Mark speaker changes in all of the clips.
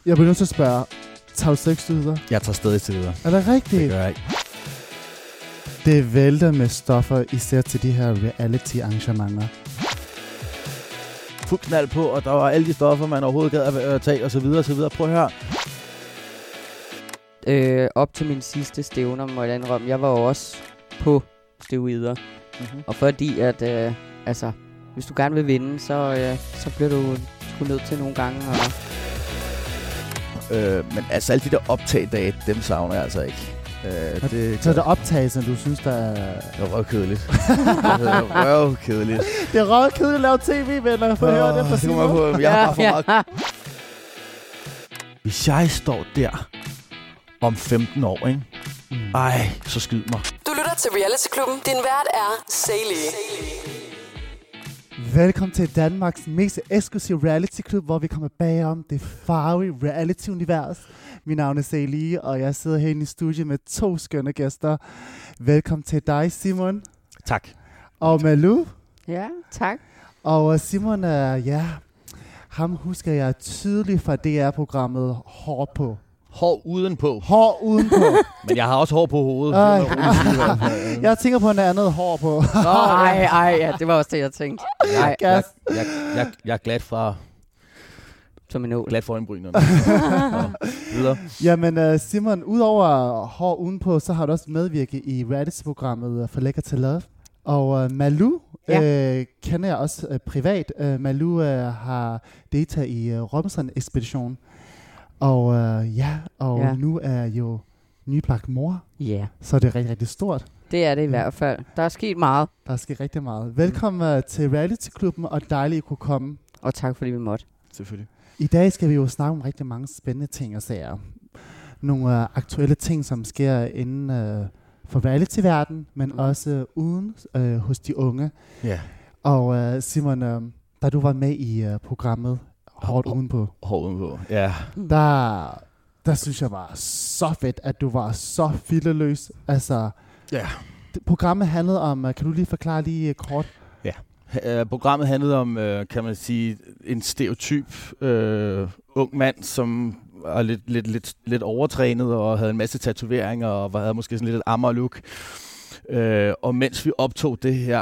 Speaker 1: Jeg bliver nødt til at spørge, tager du sex til videre?
Speaker 2: Jeg tager stadig til videre.
Speaker 1: Er det rigtigt?
Speaker 2: Det gør jeg ikke.
Speaker 1: Det vælter med stoffer, især til de her reality-arrangementer.
Speaker 2: Fuld knald på, og der var alle de stoffer, man overhovedet gad at tage, og så videre, og så videre. Prøv at høre.
Speaker 3: Op til min sidste stævner, må jeg indrømme. Jeg var jo også på steroider. Mm-hmm. Og fordi at, hvis du gerne vil vinde, så bliver du sgu nødt til nogle gange.
Speaker 2: Men altså, alle de der optagdage, dem savner jeg altså ikke.
Speaker 1: Så er det optagelser, du synes, der er...
Speaker 2: Det er røvkedeligt. Det er røvkedeligt.
Speaker 1: Det er røvkedeligt at lave tv-venner. Få høre det fra Simon.
Speaker 2: Jeg har bare for meget. Hvis jeg står der om 15 år, ikke? Ej, så skyd mig.
Speaker 4: Du lytter til Reality-klubben. Din vært er Sally.
Speaker 1: Velkommen til Danmarks mest eksklusive reality-klub, hvor vi kommer bagom det farlige reality-univers. Mit navn er Sally, og jeg sidder herinde i studiet med 2 skønne gæster. Velkommen til dig, Simon.
Speaker 2: Tak.
Speaker 1: Og Malou.
Speaker 3: Ja, tak.
Speaker 1: Og Simon er, ham husker jeg tydeligt fra DR-programmet Hår på.
Speaker 2: Hår udenpå.
Speaker 1: Hår udenpå.
Speaker 2: Men jeg har også hår på hovedet.
Speaker 1: Jeg tænker på noget andet hår på.
Speaker 3: Ja, det var også det, jeg tænkte.
Speaker 2: Jeg er glad fra...
Speaker 3: Som en nål.
Speaker 2: Glad for øjenbrynerne. Videre.
Speaker 1: Jamen Simon, udover hår udenpå, så har du også medvirket i reality-programmet For Lækker til Love. Og Malou kender jeg også privat. Malou har deltaget i Robinson-ekspeditionen. Og nu er jo nybagt mor.
Speaker 3: Ja.
Speaker 1: Så det er rigtig, rigtig stort.
Speaker 3: Det er det i hvert fald. Der er sket meget.
Speaker 1: Der er sket rigtig meget. Velkommen til Reality-klubben, og dejligt at kunne komme.
Speaker 3: Og tak fordi vi måtte.
Speaker 2: Selvfølgelig.
Speaker 1: I dag skal vi jo snakke om rigtig mange spændende ting og sager. Nogle aktuelle ting, som sker inden for reality-verden, men også uden hos de unge.
Speaker 2: Ja.
Speaker 1: Og Simon, da du var med i programmet Hårdt Udenpå.
Speaker 2: Hårdt Udenpå, ja.
Speaker 1: Der synes jeg var så fedt, at du var så fildeløs. Altså, programmet handlede om, kan du lige forklare lige kort?
Speaker 2: Ja, programmet handlede om, kan man sige, en stereotyp ung mand, som var lidt overtrænet og havde en masse tatoveringer og havde måske sådan lidt et Amager-look. Og mens vi optog det her,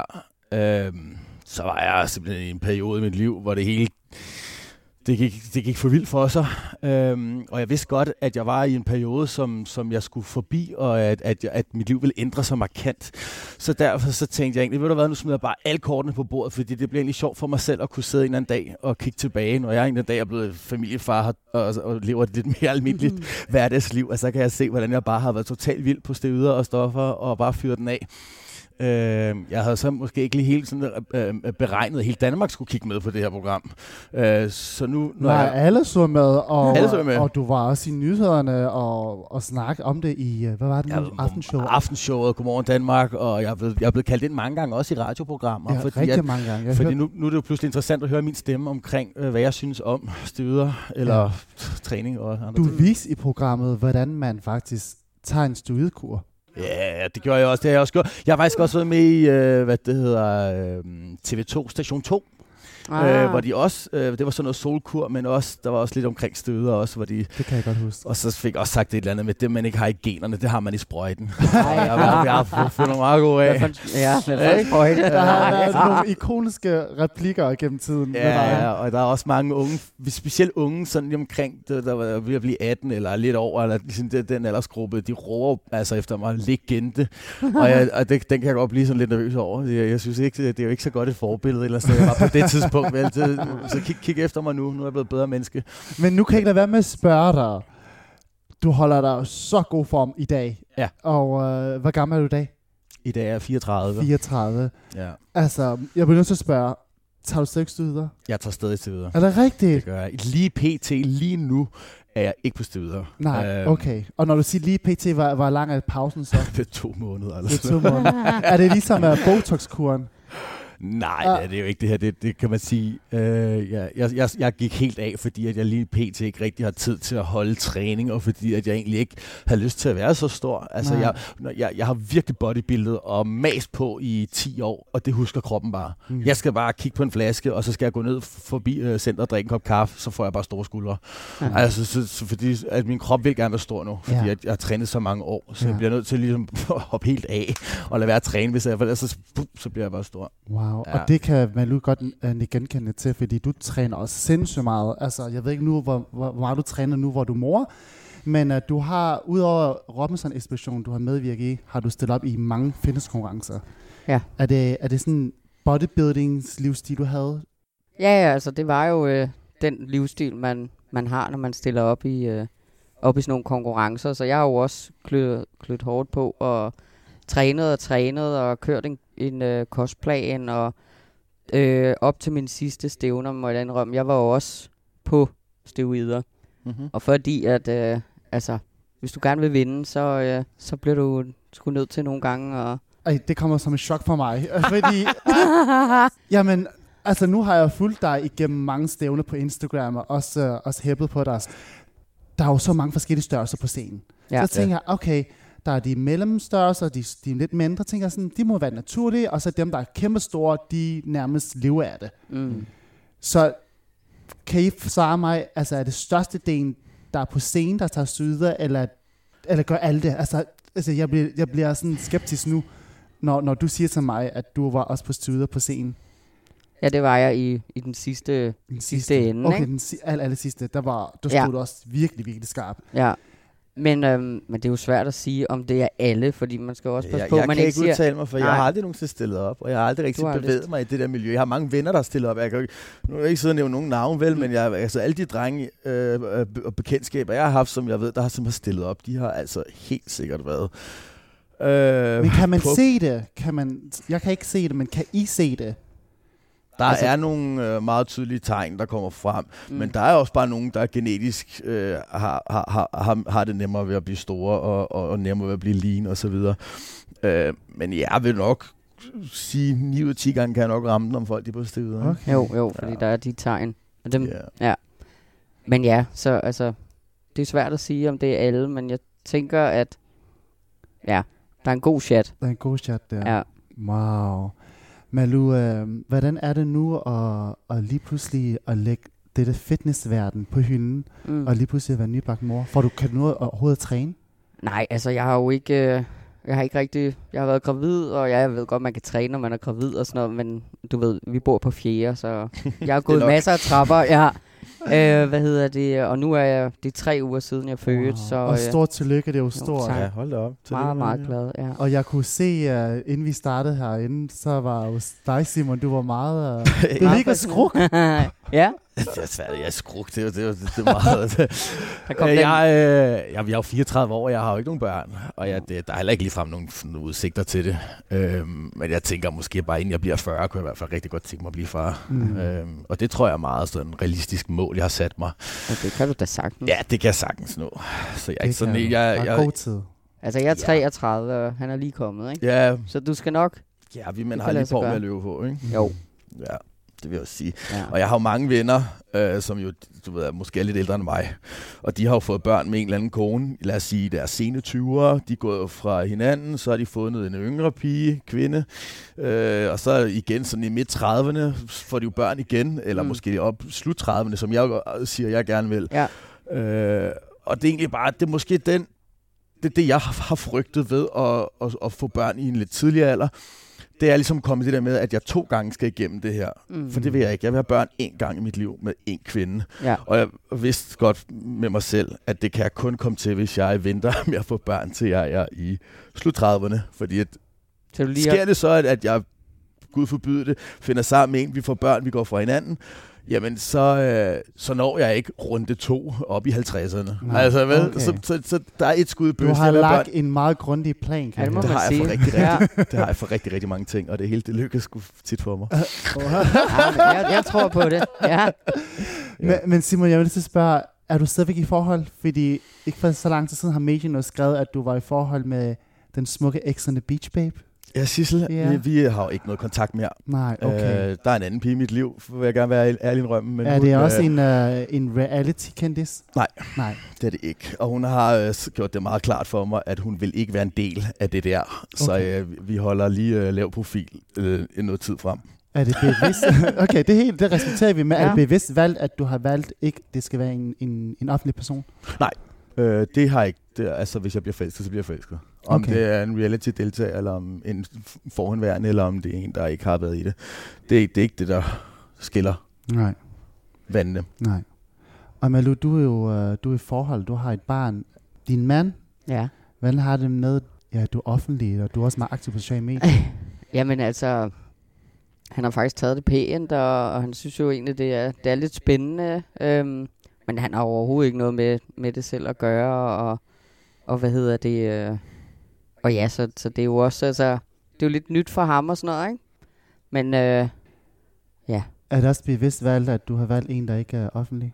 Speaker 2: så var jeg simpelthen i en periode i mit liv, hvor det hele... Det gik for vildt for sig, og jeg vidste godt, at jeg var i en periode, som jeg skulle forbi, og at mit liv ville ændre sig markant. Så derfor så tænkte jeg egentlig, ved du hvad, nu smider jeg bare alle kortene på bordet, fordi det bliver egentlig sjovt for mig selv at kunne sidde en eller anden dag og kigge tilbage. Når jeg en dag er blevet familiefar og lever et lidt mere almindeligt hverdagsliv, og så kan jeg se, hvordan jeg bare har været totalt vild på steroider og stoffer, og bare fyret den af. Jeg havde så måske ikke lige helt sådan beregnet, at hele Danmark skulle kigge med på det her program. Så nu...
Speaker 1: Alle så med,
Speaker 2: og
Speaker 1: du var også i nyhederne og snakke om det i, hvad var det nu? Aftenshowet.
Speaker 2: Aftenshowet, Godmorgen Danmark, og jeg er blevet kaldt ind mange gange, også i radioprogrammer.
Speaker 1: Ja, rigtig mange gange.
Speaker 2: Fordi nu er det jo pludselig interessant at høre min stemme omkring, hvad jeg synes om steroider eller træning og andre ting.
Speaker 1: Du viste i programmet, hvordan man faktisk tager en steroidkur.
Speaker 2: Ja, det gjorde jeg også. Det har jeg også gjort. Jeg har faktisk også været med i, TV2 Station 2. Hvor de også, det var sådan noget solkur, men også, der var også lidt omkring støder også, hvor de...
Speaker 1: Det kan jeg godt huske.
Speaker 2: Og så fik jeg også sagt et eller andet med, det man ikke har i generne, det har man i sprøjten. Jeg har fundet nogle meget gode af.
Speaker 3: Sprøjte.
Speaker 1: Der har været nogle ikoniske replikker gennem tiden.
Speaker 2: Ja, og der er også mange unge, specielt unge, sådan lige omkring, der var ved at blive 18 eller lidt over, eller ligesom den aldersgruppe, de råber altså efter mig legende. Og den kan jeg godt blive sådan lidt nervøs over. Jeg synes ikke, det er jo ikke så godt et forbillede, eller sådan noget, på det tidspunkt. Så kig efter mig nu. Nu er jeg blevet bedre menneske.
Speaker 1: Men nu kan jeg ikke lade være med at spørge dig. Du holder dig så god form i dag.
Speaker 2: Ja.
Speaker 1: Og hvor gammel er du i dag?
Speaker 2: I dag er jeg 34.
Speaker 1: 34.
Speaker 2: Ja.
Speaker 1: Altså, jeg bliver nødt til at spørge. Tager du sex videre?
Speaker 2: Jeg tager stadig til videre.
Speaker 1: Er det rigtigt?
Speaker 2: Det gør jeg. Lige pt. Lige nu er jeg ikke på steroider.
Speaker 1: Nej, okay. Og når du siger lige pt, hvor lang er pausen så?
Speaker 2: Det er 2 måneder.
Speaker 1: Det er 2 måneder. Er det ligesom Botox-kuren?
Speaker 2: Nej, det er jo ikke det her. Det kan man sige. Jeg gik helt af, fordi at jeg lige pt. Ikke rigtig har tid til at holde træning, og fordi at jeg egentlig ikke har lyst til at være så stor. Altså, jeg har virkelig bodybuildet og mast på i 10 år, og det husker kroppen bare. Jeg skal bare kigge på en flaske, og så skal jeg gå ned forbi center og drikke en kop kaffe, så får jeg bare store skuldre. Altså, så fordi at min krop vil gerne være stor nu, fordi at jeg har trænet så mange år, så jeg bliver nødt til ligesom at hoppe helt af og lade være at træne, hvis jeg, for ellers så bliver jeg bare stor.
Speaker 1: Wow, og det kan Malou godt genkende til, fordi du træner også sindssygt meget. Altså, jeg ved ikke nu, hvor meget du træner nu, hvor du mor, men du har, udover Robinson-ekspeditionen, du har medvirket i, har du stillet op i mange fitnesskonkurrencer.
Speaker 3: Ja.
Speaker 1: Er det sådan bodybuildings-livsstil, du havde?
Speaker 3: Ja, altså det var jo den livsstil, man har, når man stiller op i sådan nogle konkurrencer. Så jeg har jo også klødt hårdt på og trænet og kørt en kostplan og op til min sidste stævner, må jeg indrømme. Jeg var jo også på steroider. Og fordi at, altså, hvis du gerne vil vinde, så bliver du sgu nødt til nogle gange at...
Speaker 1: Det kommer som et chok for mig, fordi... Jamen, altså nu har jeg fulgt dig igennem mange stævner på Instagram, og også hæppet på dig. Der er jo så mange forskellige størrelser på scenen. Så tænker jeg, okay, der er de mellemstørrelser, de lidt mindre, tænker jeg sådan, de må være naturlige, og så dem, der er kæmpe store, de nærmest lever af det. Så kan I svare mig, altså er det største del, der er på scenen, der tager syder, eller gør alt det? Altså jeg bliver sådan skeptisk nu, når du siger til mig, at du var også på syder på scenen.
Speaker 3: Ja, det var jeg i den sidste ende.
Speaker 1: Okay, den aller sidste, der stod du også virkelig, virkelig skarp.
Speaker 3: Ja. Men det er jo svært at sige, om det er alle, fordi man skal også passe på,
Speaker 2: jeg
Speaker 3: man
Speaker 2: kan
Speaker 3: ikke
Speaker 2: ikke udtale mig, for jeg har aldrig nogensinde stillet op, og jeg har aldrig rigtig bevæget mig i det der miljø. Jeg har mange venner, der stiller op. Jeg kan nu har jeg ikke siddet og nævne nogen navn, vel, men altså alle de drenge og bekendtskaber, jeg har haft, som jeg ved, der har simpelthen stillet op, de har altså helt sikkert været.
Speaker 1: Men kan man se det? Jeg kan ikke se det, men kan I se det?
Speaker 2: Der er nogle meget tydelige tegn, der kommer frem, men der er også bare nogen, der genetisk har det nemmere ved at blive store og nemmere ved at blive lean og så videre. Men jeg vil nok sige, 9 ud af 10 gange kan jeg nok ramme dem, om folk de er på stedet.
Speaker 3: Okay. Jo, fordi der er de tegn. Og dem, Men ja, så altså, det er svært at sige, om det er alle, men jeg tænker, at der er en god chat.
Speaker 1: Der er en god chat der.
Speaker 3: Ja.
Speaker 1: Wow. Malou, hvordan er det nu at lige pludselig at lægge dette fitnessverden på hylden, og lige pludselig at være nybagt mor? Kan du nu overhovedet træne?
Speaker 3: Nej, altså jeg har jo ikke... Jeg har været gravid, og jeg ved godt, man kan træne, når man er gravid og sådan noget, men du ved, vi bor på 4, så jeg har gået masser af trapper, og nu er det 3 uger siden, jeg fødte, så...
Speaker 1: Og stort tillykke, det er jo stort.
Speaker 2: Ja, hold da op.
Speaker 3: Meget, meget glad, ja.
Speaker 1: Og jeg kunne se, inden vi startede herinde, så var jo dig, Simon, du var meget... du ligger skruk.
Speaker 3: Ja.
Speaker 2: Det er svært, jeg er skruk, det er meget... Jeg er jo 34 år, og jeg har jo ikke nogen børn, og der er heller ikke ligefrem nogle udsigter til det. Men jeg tænker måske bare, inden jeg bliver 40, kunne jeg i hvert fald rigtig godt tænke mig at blive far. Og det tror jeg er meget sådan en realistisk mål, jeg har sat mig.
Speaker 3: Og det kan du da sagtens.
Speaker 2: Ja, det kan jeg sagtens nu. Så jeg er ikke sådan...
Speaker 1: Jeg har god tid.
Speaker 3: Altså, jeg er 33, og han er lige kommet, ikke?
Speaker 2: Ja.
Speaker 3: Så du skal nok...
Speaker 2: Ja, vi har lige på med at løbe på, ikke?
Speaker 3: Jo.
Speaker 2: Ja. Det vil jeg også sige.
Speaker 3: Ja.
Speaker 2: Og jeg har jo mange venner, som jo, du ved, måske er lidt ældre end mig. Og de har jo fået børn med en eller anden kone, lad os sige, deres sene 20'ere. De er gået fra hinanden, så har de fundet en yngre kvinde. Og så igen sådan i midt-30'erne får de jo børn igen, eller måske op slut-30'erne, som jeg siger, jeg gerne vil.
Speaker 3: Ja.
Speaker 2: Og det er egentlig bare, det er måske det jeg har frygtet ved at få børn i en lidt tidligere alder. Det er ligesom kommet det der med, at jeg 2 gange skal igennem det her. For det vil jeg ikke. Jeg vil have børn 1 gang i mit liv med 1 kvinde. Ja. Og jeg vidste godt med mig selv, at det kan jeg kun komme til, hvis jeg venter med at få børn, til jeg er i slut-30'erne. Fordi sker det så, at jeg, Gud forbyde det, finder sammen med en, vi får børn, vi går fra hinanden, jamen så når jeg ikke runde 2 op i 50'erne. Nej, altså, vel? Okay. Så der er et skud i bøs.
Speaker 1: Du har lagt en meget grundig plan, kan
Speaker 2: det har jeg for rigtig. Det har jeg for rigtig mange ting, og det lykkes sgu tit for mig.
Speaker 3: Jeg tror på det. Ja.
Speaker 1: Men Simon, jeg vil så spørge, er du stadigvæk i forhold? Fordi ikke for så lang tid siden har medierne skrevet, at du var i forhold med den smukke Ex on the Beach babe.
Speaker 2: Ja, Sissel,
Speaker 1: Ja.
Speaker 2: vi har jo ikke noget kontakt mere.
Speaker 1: Nej, okay.
Speaker 2: Der er en anden pige i mit liv, vil jeg gerne være ærlig indrømme. Men
Speaker 1: Er det også en reality-kendis?
Speaker 2: Nej.
Speaker 1: Nej.
Speaker 2: Det er det ikke. Og hun har gjort det meget klart for mig, at hun vil ikke være en del af det der. Okay. Så vi holder lige lav profil noget tid frem.
Speaker 1: Er det bevidst? Okay, det respekterer vi med. Ja. Er det bevidst valgt, at du har valgt ikke, det skal være en offentlig person?
Speaker 2: Nej, det har jeg ikke. Altså, hvis jeg bliver forelsket, så bliver jeg forelsket. Om det er en reality-deltager, eller om en forhenværende, eller om det er en, der ikke har været i det. Det er ikke det, der skiller vandene.
Speaker 1: Nej. Og Malou, du er i forhold, du har et barn. Din mand, hvordan har det med, du er offentlig, og du er også meget aktiv på sociale medier?
Speaker 3: Jamen altså, han har faktisk taget det pænt, og han synes jo egentlig, det er lidt spændende. Men han har overhovedet ikke noget med det selv at gøre, og hvad hedder det? Og ja, så det er jo også, altså, det er jo lidt nyt for ham og sådan noget, ikke? Men ja.
Speaker 1: Er det også bevidst valgt, at du har valgt en, der ikke er offentlig?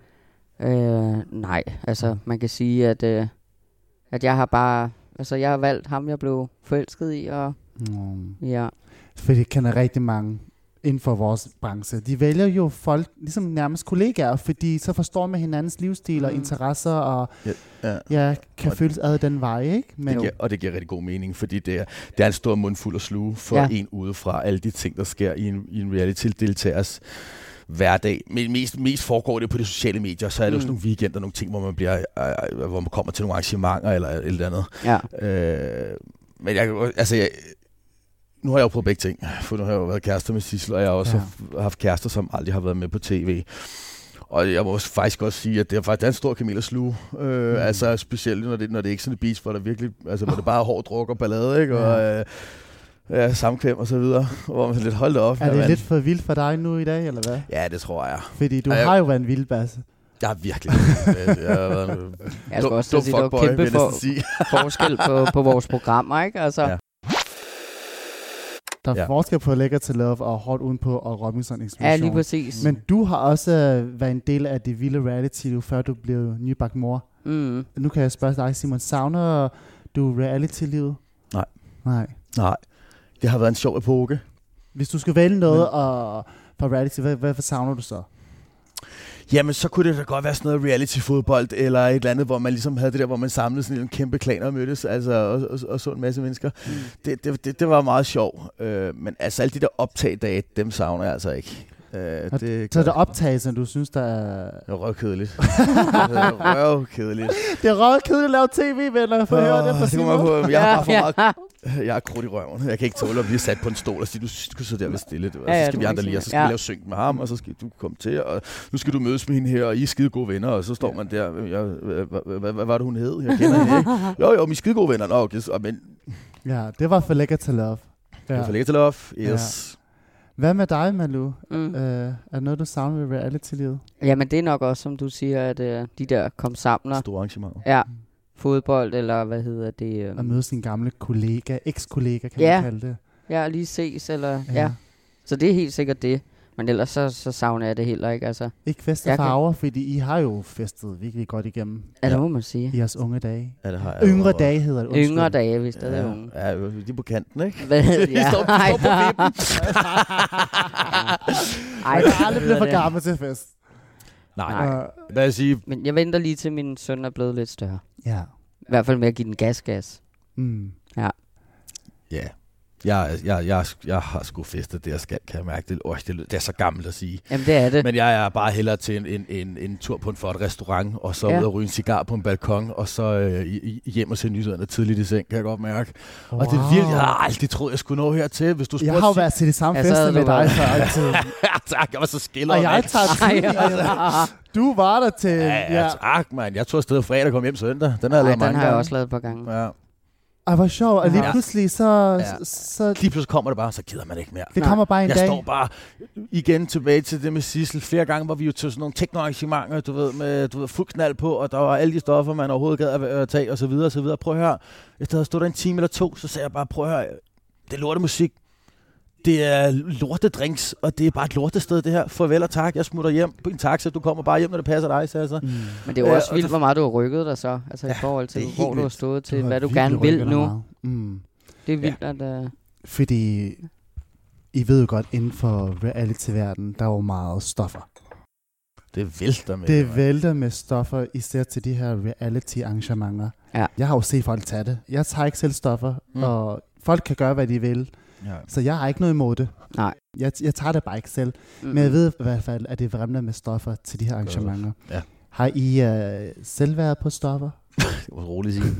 Speaker 3: Nej, altså man kan sige, at jeg har bare, altså jeg har valgt ham, jeg blev forelsket i, og ja.
Speaker 1: For det kender rigtig mange inden for vores branche. De vælger jo folk, ligesom nærmest kollegaer, fordi så forstår man hinandens livsstil og interesser, og kan føles ad den vej, ikke? Men
Speaker 2: det giver rigtig god mening, fordi det er en stor mundfuld at sluge for en udefra. Alle de ting, der sker i en reality-deltagers hverdag. Men mest foregår det på de sociale medier, så er det jo sådan nogle weekender, nogle ting, hvor man kommer til nogle arrangementer eller et eller andet.
Speaker 3: Ja.
Speaker 2: Men nu har jeg jo prøvet begge ting, for nu har jeg jo været kærester med Sissel, og jeg har også haft kærester, som aldrig har været med på tv. Og jeg må faktisk også sige, at det er faktisk en stor kamel at sluge. Altså specielt, når det ikke er sådan et beach, hvor der virkelig, altså hvor det bare er hård druk og ballade, ikke? Og samkvem og så videre, hvor man lidt holdt op.
Speaker 1: Er det lidt for vildt for dig nu i dag, eller hvad?
Speaker 2: Ja, det tror jeg.
Speaker 1: Fordi du har jo været en vildbasse.
Speaker 2: Jeg har virkelig.
Speaker 3: Jeg skal også sige, at der er kæmpe forskel på vores programmer, ikke? Altså.
Speaker 2: Ja.
Speaker 1: Der er forskel på Lækker til Love og Hårdt Udenpå og Robinson Ekspedition.
Speaker 3: Ja, lige præcis.
Speaker 1: Men du har også været en del af det vilde reality, før du blev nybagt mor. Nu kan jeg spørge dig, Simon, savner du reality-livet? Nej.
Speaker 2: Det har været en sjov epoke.
Speaker 1: Hvis du skal vælge noget fra reality, hvad savner du så?
Speaker 2: Jamen, så kunne det da godt være sådan noget reality-fodbold, eller et eller andet, hvor man ligesom havde det der, hvor man samlede sådan en kæmpe klaner og mødtes, altså, og så en masse mennesker. Det var meget sjovt. Men altså, alle de der optagdage, dem savner jeg altså ikke.
Speaker 1: Så er der optagelser, du synes, der er...
Speaker 2: Det er røvkedeligt. Det er røvkedeligt
Speaker 1: at lave tv-venner, for at høre det fra Simon.
Speaker 2: Jeg har bare for meget... Jeg er krudt i røven. Jeg kan ikke tåle at blive sat på en stol og sige, du skal sidde der ved stille. Så skal vi andre lige, og så skal vi lave synk med ham, og så skal du komme til, og nu skal du mødes med hende her, og I er skide gode venner, og så står man der. Hvad var det, hun hed? Jeg kender hende ikke. Jo, vi er skide gode venner. Nå, okay, men...
Speaker 1: Ja, det var For Lækker til Love.
Speaker 2: Det var For Lækker til Love, yes.
Speaker 1: Ja. Hvad med dig, Malou? Er det noget, du savner ved reality-livet?
Speaker 3: Jamen, det er nok også, som du siger, at de der kom sammen.
Speaker 2: Store arrangementer.
Speaker 3: Ja. Fodbold, eller hvad hedder det?
Speaker 1: At møde sin gamle kollega, eks-kollega, kan man kalde det.
Speaker 3: Ja, lige ses, eller... Ja. Så det er helt sikkert det. Men ellers så savner jeg det heller ikke, altså.
Speaker 1: Ikke fest og farver, fordi I har jo festet virkelig godt igennem.
Speaker 3: Ja, det må man sige.
Speaker 1: I jeres unge dage.
Speaker 2: Ja, det har jeg.
Speaker 1: Yngre dage hedder det.
Speaker 3: Yngre dage, hvis det er unge.
Speaker 2: Ja, de er på kanten, ikke?
Speaker 3: De
Speaker 2: står på vippen.
Speaker 1: Ej, jeg er aldrig blevet for gammel til fest.
Speaker 2: Nej. Hvad jeg sige?
Speaker 3: Men jeg venter lige til min søn er blevet lidt større.
Speaker 1: Ja.
Speaker 3: I hvert fald med at give den gas.
Speaker 1: Ja.
Speaker 2: Ja. Jeg har sgu festet det, jeg skal, kan jeg mærke. Det er så gammelt at sige.
Speaker 3: Jamen, det er det.
Speaker 2: Men jeg er bare hellere til en tur på en flot restaurant, og så ud og ryge en cigar på en balkon, og så hjem og se nyhederne tidligt i seng, kan jeg godt mærke. Wow. Og det er virkelig, jeg har aldrig troet, jeg skulle nå hertil. Hvis du
Speaker 1: jeg har jo været til det samme fest med dig før altid.
Speaker 2: Ja, tak. Jeg var så skiller.
Speaker 1: Og jeg tager du var der til...
Speaker 2: Ja, tak, mand. Jeg tog afsted fredag og kom hjem søndag. Den har jeg lavet mange gange.
Speaker 3: Den har jeg også lavet et par gange.
Speaker 2: Ja.
Speaker 1: Ej, hvor sjovt. Og lige pludselig så...
Speaker 2: Lige pludselig kommer det bare, så gider man ikke mere.
Speaker 1: Det kommer bare en dag.
Speaker 2: Jeg står bare igen tilbage til det med Sissel. Flere gange var vi jo til sådan nogle teknoarrangementer, du ved, fuld knald på, og der var alle de stoffer, man overhovedet gad at tage, og så videre, og så videre. Prøv at høre. Efter at stå der en time eller to, så sagde jeg bare, prøv at høre, det er lortemusik. Det er lortedrinks, og det er bare et lortested, det her. Farvel og tak, jeg smutter hjem på en taxa. Du kommer bare hjem, når det passer dig, så altså.
Speaker 3: Men det er jo også vildt, hvor meget du har rykket dig så. Altså i forhold til, hvor du har stået til, hvad du gerne vil nu. Det er vildt, at...
Speaker 1: Fordi I ved jo godt, inden for reality-verdenen, der er jo meget stoffer.
Speaker 2: Det vælter med
Speaker 1: Det vælter med stoffer, især til de her reality-arrangementer.
Speaker 3: Ja.
Speaker 1: Jeg har jo set folk tage det. Jeg tager ikke selv stoffer, og folk kan gøre, hvad de vil.
Speaker 2: Ja.
Speaker 1: Så jeg har ikke noget imod det.
Speaker 3: Nej.
Speaker 1: Jeg tager det bare ikke selv. Men jeg ved i hvert fald, at det vrimler med stoffer til de her arrangementer.
Speaker 2: Ja.
Speaker 1: Har I selv været på stoffer?
Speaker 2: Det var roligt sige.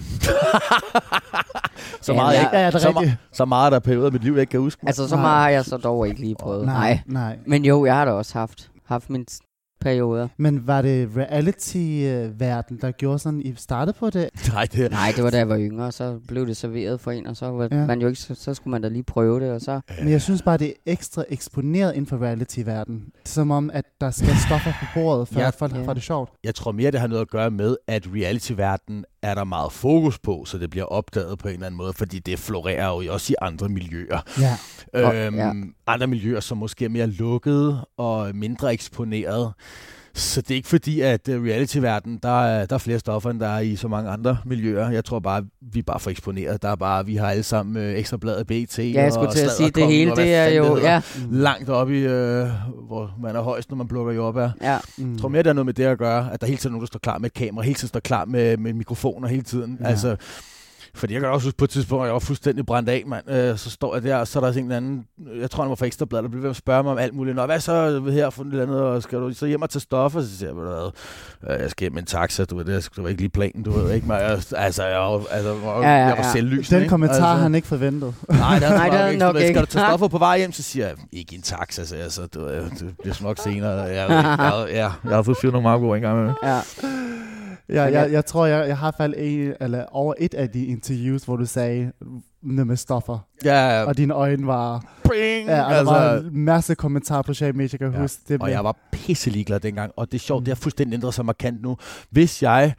Speaker 3: så meget,
Speaker 2: så meget der er perioder af mit liv, jeg ikke kan huske.
Speaker 3: Altså, så meget har jeg så dog ikke lige prøvet.
Speaker 1: Nej.
Speaker 3: Men jo, jeg har da også haft min perioder.
Speaker 1: Men var det reality-verden, der gjorde sådan, I startede på det?
Speaker 3: Nej, det var da jeg var yngre, så blev det serveret for en, og så var man jo ikke, så skulle man da lige prøve det, og så...
Speaker 1: Men jeg synes bare, det er ekstra eksponeret inden for reality-verden. Som om, at der skal stoffer på bordet, for at folk får det sjovt.
Speaker 2: Jeg tror mere, det har noget at gøre med, at reality-verden er der meget fokus på, så det bliver opdaget på en eller anden måde, fordi det florerer jo også i andre miljøer.
Speaker 1: Ja.
Speaker 2: Andre miljøer, som måske er mere lukkede og mindre eksponeret. Så det er ikke fordi, at reality-verden, der er flere stoffer, end der er i så mange andre miljøer. Jeg tror bare, vi er bare for eksponeret. Der er bare, vi har alle sammen Ekstrabladet, BT
Speaker 3: og jeg skulle til at sige, det hele, det er jo
Speaker 2: langt oppe i, hvor man er højst, når man plukker jordbær.
Speaker 3: Ja.
Speaker 2: Jeg tror mere, der er noget med det at gøre, at der hele tiden er nogen, der står klar med et kamera, hele tiden står klar med mikrofoner hele tiden. Ja. Altså, fordi jeg kan også huske på et tidspunkt, at jeg var fuldstændig brændt af, mand. Så står jeg der, og så er der en eller anden, jeg tror, han var fra Ekstrabladet, der blev ved at spørge mig om alt muligt. Nå, hvad så her for noget andet, og skal du så hjem og tage stoffer? Så siger jeg, jeg skal hjem med en taxa, du ved, det var ikke lige planen, du ved ikke. Jeg var selvlysende.
Speaker 1: Den kommentar han ikke forventet.
Speaker 2: Nej, det er nok ikke. Skal du tage stoffer på vej hjem, så siger jeg, ikke en taxa, så jeg, så det bliver nok senere. Jeg har fået fyret nogle meget gode engang med.
Speaker 3: Ja.
Speaker 1: Jeg tror, jeg har faldet over et af de interviews, hvor du sagde noget med stoffer.
Speaker 2: Ja.
Speaker 1: Og dine øjne var...
Speaker 2: Bring!
Speaker 1: Ja, og der var en masse kommentarer på sociale medier, kan jeg huske. Det
Speaker 2: og jeg var pisselig glad dengang. Og det er sjovt, det har fuldstændig ændret sig markant nu. Hvis jeg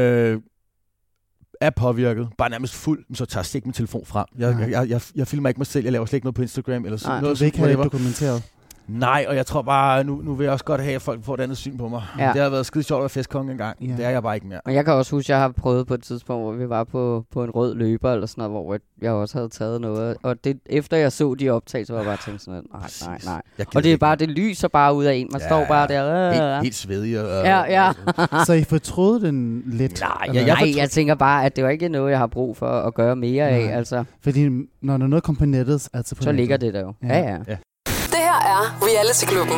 Speaker 2: er påvirket, bare nærmest fuld, så tager jeg ikke min telefon frem. Jeg filmer ikke mig selv, jeg laver slet ikke noget på Instagram. Eller sådan noget.
Speaker 1: Du vil ikke have det dokumenteret?
Speaker 2: Nej, og jeg tror bare, nu vil jeg også godt have, at folk får et andet syn på mig. Ja. Det har været skide sjovt at være festkonge engang. Ja. Det er jeg bare ikke mere.
Speaker 3: Og jeg kan også huske, at jeg har prøvet på et tidspunkt, hvor vi var på en rød løber eller sådan noget, hvor jeg også havde taget noget. Og det, efter jeg så de optagelser, var jeg bare tænkt sådan, nej. Og det er bare, det lyser bare ud af en. Man står bare der.
Speaker 2: Helt svedig.
Speaker 3: Ja.
Speaker 1: Så I fortrød den lidt?
Speaker 3: Nej, jeg tænker bare, at det var ikke noget, jeg har brug for at gøre mere af. Altså.
Speaker 1: Fordi når noget kommer på nettet, altså på
Speaker 3: så ligger det der jo. Ja.
Speaker 4: Det her er Reality-klubben.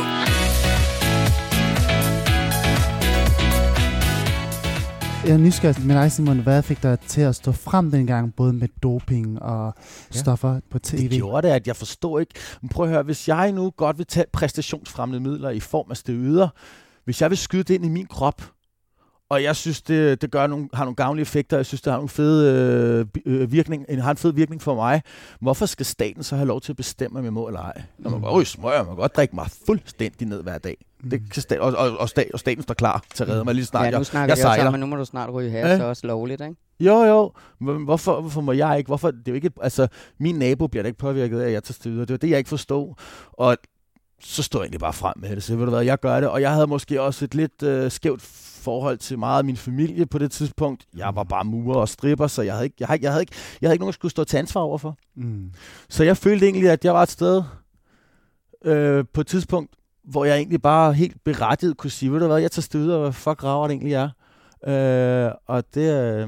Speaker 1: Jeg er nysgerrig med dig, Simon. Hvad fik dig til at stå frem dengang, både med doping og stoffer på tv?
Speaker 2: Det gjorde det, at jeg forstår ikke. Men prøv at høre, hvis jeg nu godt vil tage præstationsfremmende midler i form af steroider, hvis jeg vil skyde det ind i min krop, og jeg synes, det har nogle gavnlige effekter. Jeg synes, det har en fed virkning for mig. Hvorfor skal staten så have lov til at bestemme, om jeg må eller ej? Når man går smøger, man kan godt drikke mig fuldstændig ned hver dag. Det kan og staten står klar til at redde mig lige snart.
Speaker 3: Nu snakker jeg sejler. Men nu må du snart ryge her, så også lovligt, ikke?
Speaker 2: Jo. Men hvorfor må jeg ikke? Hvorfor? Det er jo ikke, altså, min nabo bliver da ikke påvirket af, at jeg tager steroider. Det var det, jeg ikke forstod. Og så står jeg egentlig bare frem med det. Så ved du hvad, jeg gør det. Og jeg havde måske også et lidt skævt forhold til meget af min familie på det tidspunkt. Jeg var bare murer og stripper, så jeg havde ikke nogen, der skulle stå til ansvar overfor. Så jeg følte egentlig, at jeg var et sted på et tidspunkt, hvor jeg egentlig bare helt berettiget kunne sige, ved du hvad, jeg tager steroider, og hvad fuck rager det egentlig er. Og det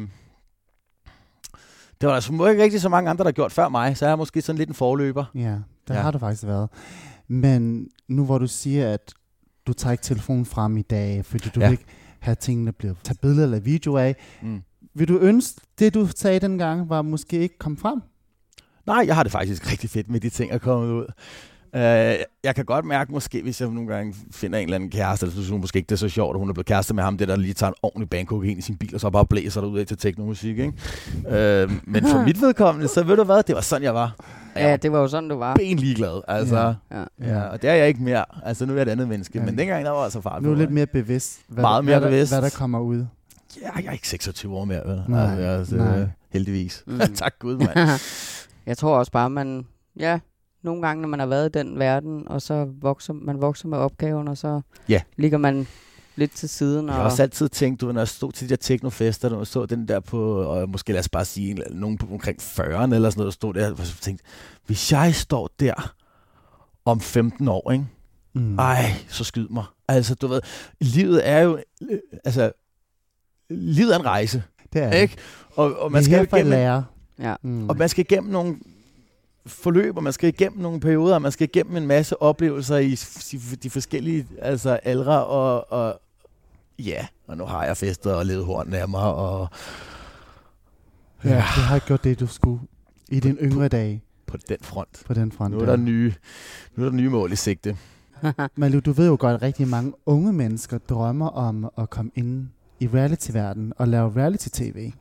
Speaker 2: var altså ikke rigtig så mange andre, der har gjort før mig, så jeg er måske sådan lidt en forløber.
Speaker 1: Ja, det har du faktisk været. Men nu hvor du siger, at du tager ikke telefonen frem i dag, fordi du vil ikke have tingene blevet taget billeder eller video af. Vil du ønske, det du sagde dengang, var måske ikke kommet frem?
Speaker 2: Nej, jeg har det faktisk rigtig fedt med de ting, der er kommet ud. Jeg kan godt mærke måske, hvis jeg nogle gange finder en eller anden kæreste, eller så måske ikke det er så sjovt, at hun er blevet kæreste med ham, det der lige tager en ordentlig Bangkok ind i sin bil, og så bare blæser der ud af til teknomusik, ikke? Men for mit vedkommende, så ved du hvad, det var sådan, jeg var.
Speaker 3: Ja, det var jo sådan, du var.
Speaker 2: Benligeglad, altså. Ja, og det er jeg ikke mere. Altså, nu er jeg et andet menneske, men dengang der var altså fart på.
Speaker 1: Nu er lidt mere bevidst, hvad der kommer ud.
Speaker 2: Ja, jeg er ikke 26 år mere, vel? Nej. Heldigvis. Tak Gud, mand.
Speaker 3: Jeg tror også bare, nogle gange, når man har været i den verden, og så vokser med opgaven, og så ligger lidt til siden.
Speaker 2: Jeg har også altid tænkt, når jeg stod til de der teknofester, når jeg så den der på, og måske lad os bare sige, nogen på omkring 40'erne eller sådan noget, der stod der, og så tænkte, hvis jeg står der om 15 år, ikke? Så skyd mig. Altså, du ved, livet er jo, livet er en rejse.
Speaker 1: Det er
Speaker 2: ikke? Og man skal
Speaker 1: igennem lære.
Speaker 3: Ja.
Speaker 2: Og man skal igennem nogle forløb, og man skal igennem nogle perioder, og man skal igennem en masse oplevelser i de forskellige aldre, og nu har jeg festet og levet hornene af mig, og
Speaker 1: du har ikke gjort det, du skulle i din yngre dage.
Speaker 2: På den front. Nu er der nye mål i sigte.
Speaker 1: Malu, du ved jo godt, at rigtig mange unge mennesker drømmer om at komme ind i reality-verdenen og lave reality-tv.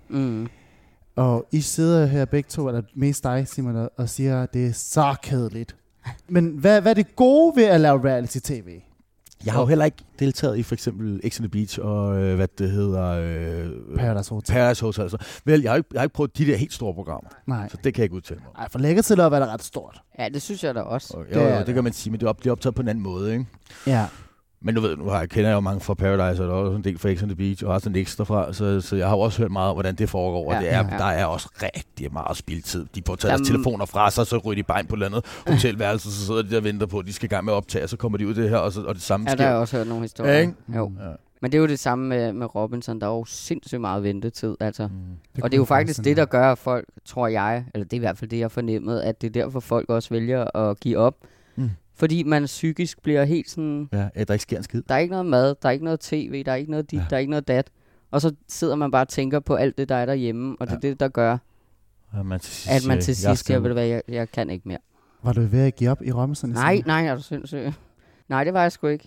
Speaker 1: Og I sidder her begge to, eller mest dig, Simon, og siger, at det er så kedeligt. Men hvad er det gode ved at lave reality-tv?
Speaker 2: Jeg har jo heller ikke deltaget i for eksempel X on the Beach og hvad det hedder... Paradise Hotel. Vel, jeg har ikke prøvet de der helt store programmer. Nej. Så det kan jeg ikke udtale mig.
Speaker 1: Nej, for Lækker til Love er det ret stort.
Speaker 3: Ja, det synes jeg da også.
Speaker 2: Det kan man sige, men det bliver optaget på en anden måde, ikke?
Speaker 1: Ja.
Speaker 2: Men kender jeg jo mange fra Paradise, og der er også en del fra X on the Beach, og også en ekstra fra, så jeg har jo også hørt meget om, hvordan det foregår, og der er også rigtig meget spildtid. De får taget deres telefoner fra sig, så ryger de bare ind på et eller andet hotelværelse, så sidder de der og venter på, at de skal i gang med at optage, og så kommer de ud det her, og det samme sker.
Speaker 3: Ja, der har jeg også hørt nogle historier. Ja, jo. Ja. Men det er jo det samme med Robinson, der er jo sindssygt meget ventetid, altså. Og det er jo faktisk det, der gør, at folk, tror jeg, eller det er i hvert fald det, jeg fornemmede, at det er derfor, folk også vælger at give op. Fordi man psykisk bliver helt sådan...
Speaker 2: Ja, der ikke sker en skid.
Speaker 3: Der er ikke noget mad, der er ikke noget tv, der er ikke noget dit, der er ikke noget dat. Og så sidder man bare og tænker på alt det, der er derhjemme, og det er det, der gør, at man til sidst siger, ved du hvad, jeg kan ikke mere.
Speaker 1: Var du ved at give op i Robinson?
Speaker 3: Nej, er du sindssyg? Nej, det var jeg sgu ikke.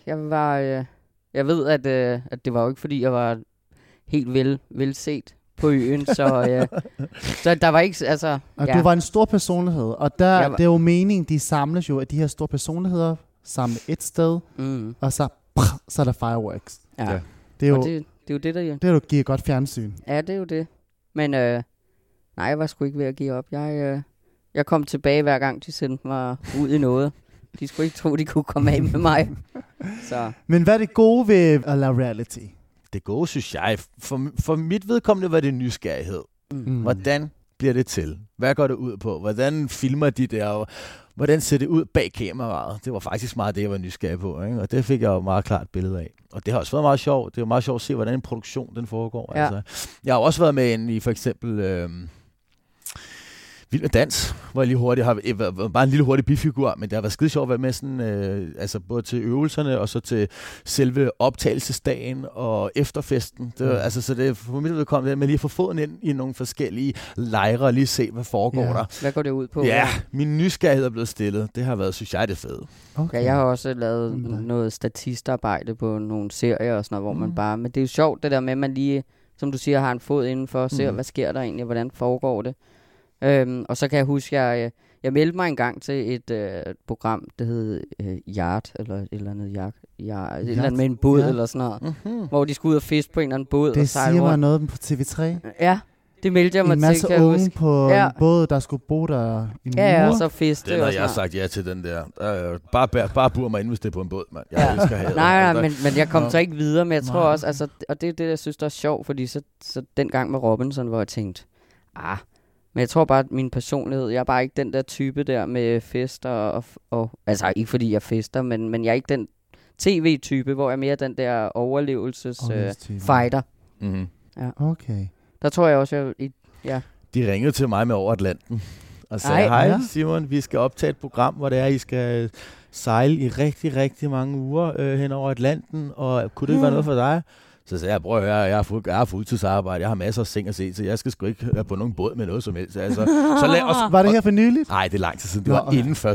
Speaker 3: Jeg ved, at det var jo ikke, fordi jeg var helt velset på øen, så der var ikke, altså...
Speaker 1: Og du var en stor personlighed, og det er jo meningen, de samles jo, at de her store personligheder samler et sted, og så er der fireworks.
Speaker 3: Ja.
Speaker 1: Det er jo
Speaker 3: det er jo det, der...
Speaker 1: Det er jo giver godt fjernsyn.
Speaker 3: Ja, det er jo det. Men nej, jeg var sgu ikke ved at give op. Jeg kom tilbage hver gang, de sendte mig ud i noget. De skulle ikke tro, de kunne komme af med mig. Så.
Speaker 1: Men hvad er det gode ved at lave reality?
Speaker 2: Det gode, synes jeg, for mit vedkommende var det nysgerrighed. Hvordan bliver det til? Hvad går det ud på? Hvordan filmer de der? Hvordan ser det ud bag kameraet? Det var faktisk meget det, jeg var nysgerrig på. Ikke? Og det fik jeg jo meget klart et billede af. Og det har også været meget sjovt. Det var meget sjovt at se, hvordan en produktion den foregår. Ja. Altså, jeg har også været med inde i for eksempel... Vild med dans, hvor jeg lige hurtigt har været bare en lille hurtig bifigur, men det har været skide sjovt at være med sådan, både til øvelserne og så til selve optagelsesdagen og efterfesten. Det, altså, så det er for mit vedkommende med lige at få foden ind i nogle forskellige lejre og lige se, hvad foregår der.
Speaker 3: Hvad går det ud på?
Speaker 2: Ja, min nysgerrighed er blevet stillet. Det har været, synes jeg, det fede.
Speaker 3: Okay. Ja, jeg har også lavet noget statistarbejde på nogle serier og sådan noget, hvor man bare... Men det er jo sjovt det der med, at man lige, som du siger, har en fod indenfor og ser, hvad sker der egentlig, hvordan foregår det. Og så kan jeg huske, jeg meldte mig engang til et program, der hed Yard, eller et eller andet et eller andet med en båd eller sådan noget, hvor de skulle ud og fiske på en eller anden båd.
Speaker 1: Det siger mig noget på TV3.
Speaker 3: Ja, det meldte jeg mig til.
Speaker 1: En masse unge på en båd, der skulle bo der i en uge.
Speaker 3: Ja, og så fiske.
Speaker 2: Den har jeg sagt ja til, den der. Bare bur mig ind, hvis det er på en båd, mand. Jeg elsker havet.
Speaker 3: Nej, men jeg kom så ikke videre, men jeg tror også, altså, og det er det, jeg synes, der er sjovt, fordi så dengang med Robinson, hvor jeg tænkte, men jeg tror bare, at min personlighed, jeg er bare ikke den der type der med fester, og altså ikke fordi jeg fester, men jeg er ikke den tv-type, hvor jeg er mere den der overlevelsesfighter.
Speaker 1: Ja. Okay.
Speaker 3: Der tror jeg også,
Speaker 2: De ringede til mig med over Atlanten og sagde, hej Simon, vi skal optage et program, hvor det er, I skal sejle i rigtig, rigtig mange uger hen over Atlanten, og kunne det ikke være noget for dig? Så sagde jeg, prøv at høre, jeg har fuldtidsarbejde, jeg har masser af seng at se til, jeg skal sgu ikke være på nogen båd med noget som helst. Altså,
Speaker 1: var det her for nyligt?
Speaker 2: Nej, det er lang tid siden. Det var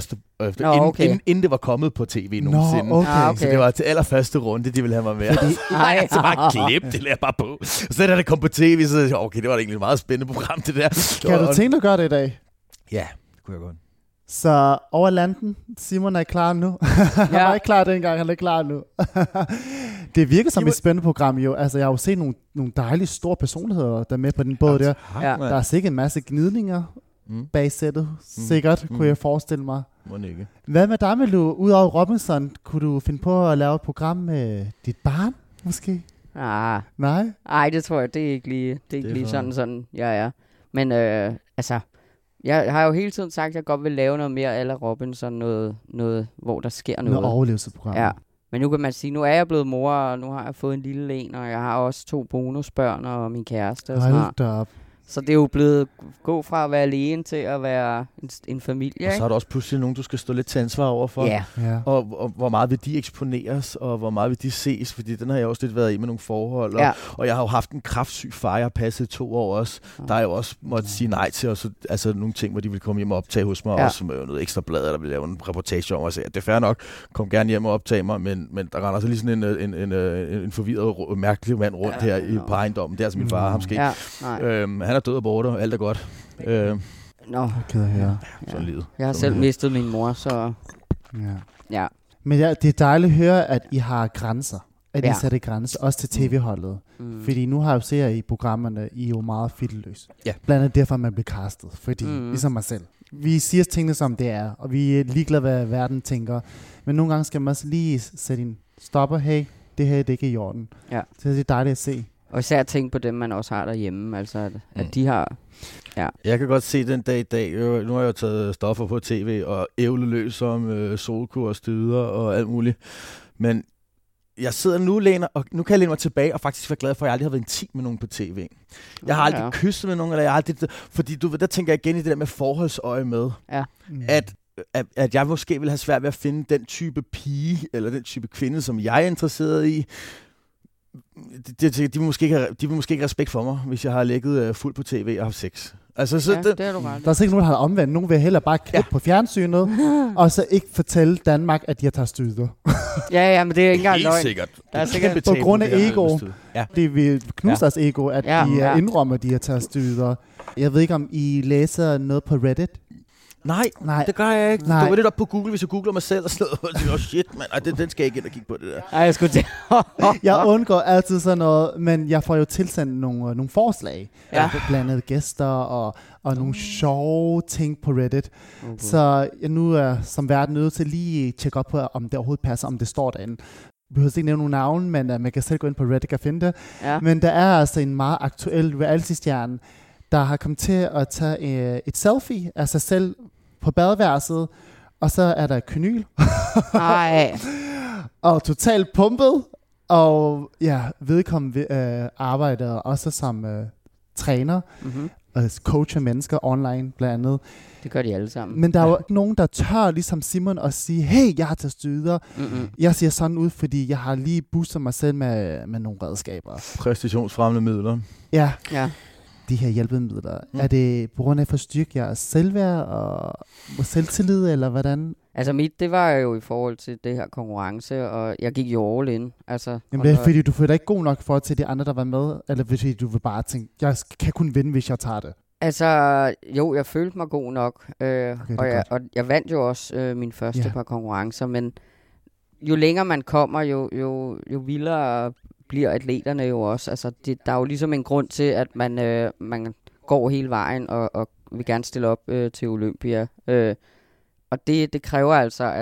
Speaker 2: inden det var kommet på tv nogensinde.
Speaker 1: Okay.
Speaker 2: Så det var til allerførste runde, de ville have mig med. Så bare klip, det lader jeg bare på. Så da det kom på tv, så sagde jeg, okay, det var egentlig et meget spændende program, det der.
Speaker 1: Kan du tænke dig at gøre det i dag?
Speaker 2: Ja, det kunne jeg godt.
Speaker 1: Så over Landen, Simon er klar nu. Han var ikke klar dengang, han er klar nu. Det virker som et spændende program jo. Altså, jeg har jo set nogle dejlige store personligheder, der er med på den båd der. Ja. Der er sikkert en masse gnidninger bag sættet. Sikkert, kunne jeg forestille mig.
Speaker 2: Ikke.
Speaker 1: Hvad med dig, Malu? Udover Robinson, kunne du finde på at lave et program med dit barn? måske?
Speaker 3: Nej, det tror jeg, det er ikke lige sådan, jeg er. Men altså, jeg har jo hele tiden sagt, at jeg godt vil lave noget mere a la Robinson, noget, hvor der sker noget.
Speaker 1: Noget overlevelsesprogram.
Speaker 3: Ja. Men nu kan man sige, nu er jeg blevet mor, og nu har jeg fået en lille en, og jeg har også 2 bonusbørn og min kæreste. Og
Speaker 1: hold da op.
Speaker 3: Så det er jo blevet gå fra at være alene til at være en familie.
Speaker 2: Og så er der også pludselig nogen, du skal stå lidt til ansvar overfor.
Speaker 3: Ja.
Speaker 2: Og hvor meget vil de eksponeres, og hvor meget vil de ses? Fordi den har jeg også lidt været i med nogle forhold. Og jeg har jo haft en kraftsyg far, jeg har passet 2 år også. Der er jo også måtte sige nej til også, altså nogle ting, hvor de vil komme hjem og optage hos mig. Også med noget ekstra blad, der vil lave en reportage om og sige, at det er fair nok, kom gerne hjem og optage mig, men der render så lige sådan en forvirret, mærkelig mand rundt her på ejendommen. Det er altså min far, ham ske. Han er død og borte, alt er godt. Sådan livet.
Speaker 3: Jeg har selv mistet min mor, så... Ja.
Speaker 1: Men det er dejligt at høre, at I har grænser. At I sætter grænser, også til tv-holdet. Fordi nu har jeg jo set i programmerne, I er jo meget fiddeløs.
Speaker 2: Ja.
Speaker 1: Blandt andet derfor, man bliver castet. Fordi, ligesom mig selv. Vi siger tingene, som det er, og vi er ligeglade, hvad verden tænker. Men nogle gange skal man også lige sætte en stopper. Hey, det her det er ikke i orden.
Speaker 3: Ja.
Speaker 1: Så det er dejligt at se.
Speaker 3: Og især tænke på dem, man også har derhjemme. Altså, at de har... Ja.
Speaker 2: Jeg kan godt se den dag i dag. Nu har jeg jo taget stoffer på tv og ævleløs om solkur og styder og alt muligt. Men jeg sidder nu nu kan jeg læne mig tilbage og faktisk være glad for, at jeg aldrig har været intim med nogen på tv. Jeg har aldrig kysset med nogen, eller jeg har aldrig... Fordi der tænker jeg igen i det der med forholdsøje med. Ja. At jeg måske vil have svært ved at finde den type pige, eller den type kvinde, som jeg er interesseret i. De vil måske ikke respekt for mig, hvis jeg har ligget fuld på tv og haft sex. Altså, så
Speaker 3: det er du ret.
Speaker 1: Der er sikkert nogen, der har omvendt. Nogen vil heller bare klippe på fjernsynet, og så ikke fortælle Danmark, at de har taget styder.
Speaker 3: Ja, men det er ikke engang løgn.
Speaker 2: Helt sikkert.
Speaker 1: Der er sikkert på grund af ego. Det vil knuse deres ego, at de indrømmer, at de har taget styder. Jeg ved ikke, om I læser noget på Reddit?
Speaker 2: Nej, det gør jeg ikke. Du var lidt op på Google, hvis jeg googler mig selv og sådan noget. Shit, mand. Den skal jeg ikke ind og kigge på, det der.
Speaker 3: Ej, jeg skulle til.
Speaker 1: Jeg undgår altid sådan noget, men jeg får jo tilsendt nogle forslag. Blandt andet gæster og nogle sjove ting på Reddit. Okay. Så jeg nu er som vært nødt til lige tjekke op på, om det overhovedet passer, om det står derinde. Jeg behøver ikke nævne nogle navne, men man kan selv gå ind på Reddit og finde det. Ja. Men der er altså en meget aktuel reality-stjerne, der har kommet til at tage et selfie af sig selv på badeværelset, og så er der kanyl.
Speaker 3: Nej.
Speaker 1: Og totalt pumpet, og vedkommende arbejder også som træner, og coacher mennesker online blandt andet.
Speaker 3: Det gør de alle sammen.
Speaker 1: Men der er jo ikke nogen, der tør ligesom Simon at sige, hey, jeg har taget styder. Jeg ser sådan ud, fordi jeg har lige boostet mig selv med nogle redskaber.
Speaker 2: Præstationsfremmende midler.
Speaker 1: Ja. De her hjælpemidler. Er det på grund af at forstyrke jeres selvværd og selvtillid, eller hvordan?
Speaker 3: Altså det var jo i forhold til det her konkurrence, og jeg gik jo all in. Altså,
Speaker 1: jamen det er fordi, du føler dig ikke god nok for til de andre, der var med, eller fordi du vil bare tænke, jeg kan kun vinde, hvis jeg tager det?
Speaker 3: Altså, jo, jeg følte mig god nok, og jeg vandt jo også min første par konkurrencer, men jo længere man kommer, jo vildere bliver atleterne jo også. Altså, der er jo ligesom en grund til, at man går hele vejen og vil gerne stille op til Olympia. Og det kræver altså,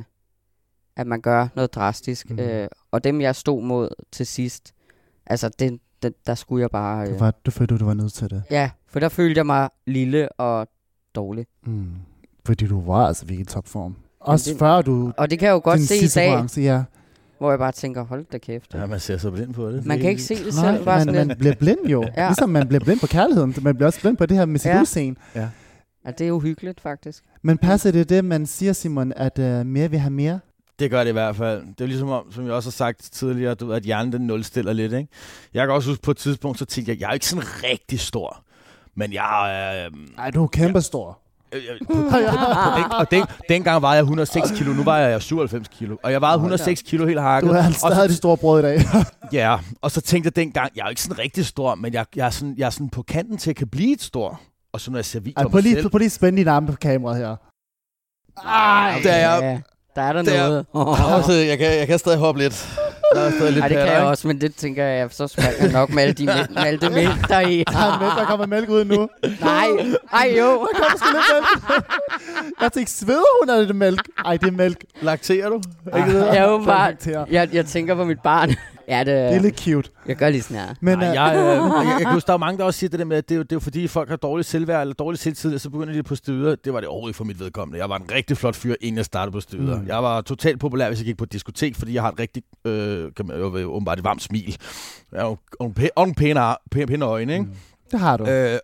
Speaker 3: at man gør noget drastisk. Og dem, jeg stod mod til sidst, altså, der skulle jeg bare...
Speaker 1: Du følte, du var nødt til det?
Speaker 3: Ja, for der følte jeg mig lille og dårlig.
Speaker 1: Fordi du var altså virkelig i topform. Også før du...
Speaker 3: Og det kan jeg jo godt se i dag. Hvor jeg bare tænker, hold da kæft.
Speaker 2: Ja, man ser så blind på det.
Speaker 3: Man kan ikke se det selv. Bare
Speaker 1: man bliver blind jo. Ligesom man bliver blind på kærligheden. Man bliver også blind på det her med sit udseende.
Speaker 3: Ja, det er jo hyggeligt faktisk.
Speaker 1: Men passer det, man siger, Simon, at mere vil have mere?
Speaker 2: Det gør det i hvert fald. Det er ligesom om, som jeg også har sagt tidligere, at hjernen den nulstiller lidt, ikke? Jeg kan også huske på et tidspunkt, så tænkte jeg er ikke sådan rigtig stor. Men jeg er...
Speaker 1: Ej, du er kæmpe stor.
Speaker 2: Og dengang var jeg 106 kilo, nu var jeg 97 kilo. Og jeg vejede 106 kilo helt hakket.
Speaker 1: Du er stadig det store brød i dag.
Speaker 2: Ja, og så tænkte jeg dengang, jeg er jo ikke sådan rigtig stor, men jeg er sådan på kanten til at kan blive et stor. Og så når jeg ser videoer om mig selv...
Speaker 1: Prøv lige spænde din arme på kameraet her.
Speaker 3: Ej, der er der noget.
Speaker 2: Jeg kan stadig hoppe lidt.
Speaker 3: Det kan jeg også, men det tænker jeg, så smager jeg nok med alle det mælk, der i.
Speaker 1: Der kommer mælk ud nu.
Speaker 3: Nej, jo.
Speaker 1: Der kommer sgu lidt mælk. Jeg tænkte, sveder hun af det mælk? Ej, det er mælk.
Speaker 2: Lakterer du?
Speaker 3: Jeg tænker på mit barn. Ja,
Speaker 1: Det er lidt cute.
Speaker 3: Jeg gør lige sådan her.
Speaker 1: Men,
Speaker 2: Nej, jeg kan huske, der er mange, der også siger det der med, at det er jo fordi, folk har dårligt selvværd eller dårlig selvtid, og så begynder de på støder. Det var det overhovedet ikke for mit vedkommende. Jeg var en rigtig flot fyr, inden jeg startede på støder. Jeg var totalt populær, hvis jeg gik på et diskotek, fordi jeg har et rigtig, åbenbart et varmt smil. Og nogle pæne øjne, ikke?
Speaker 1: det har du.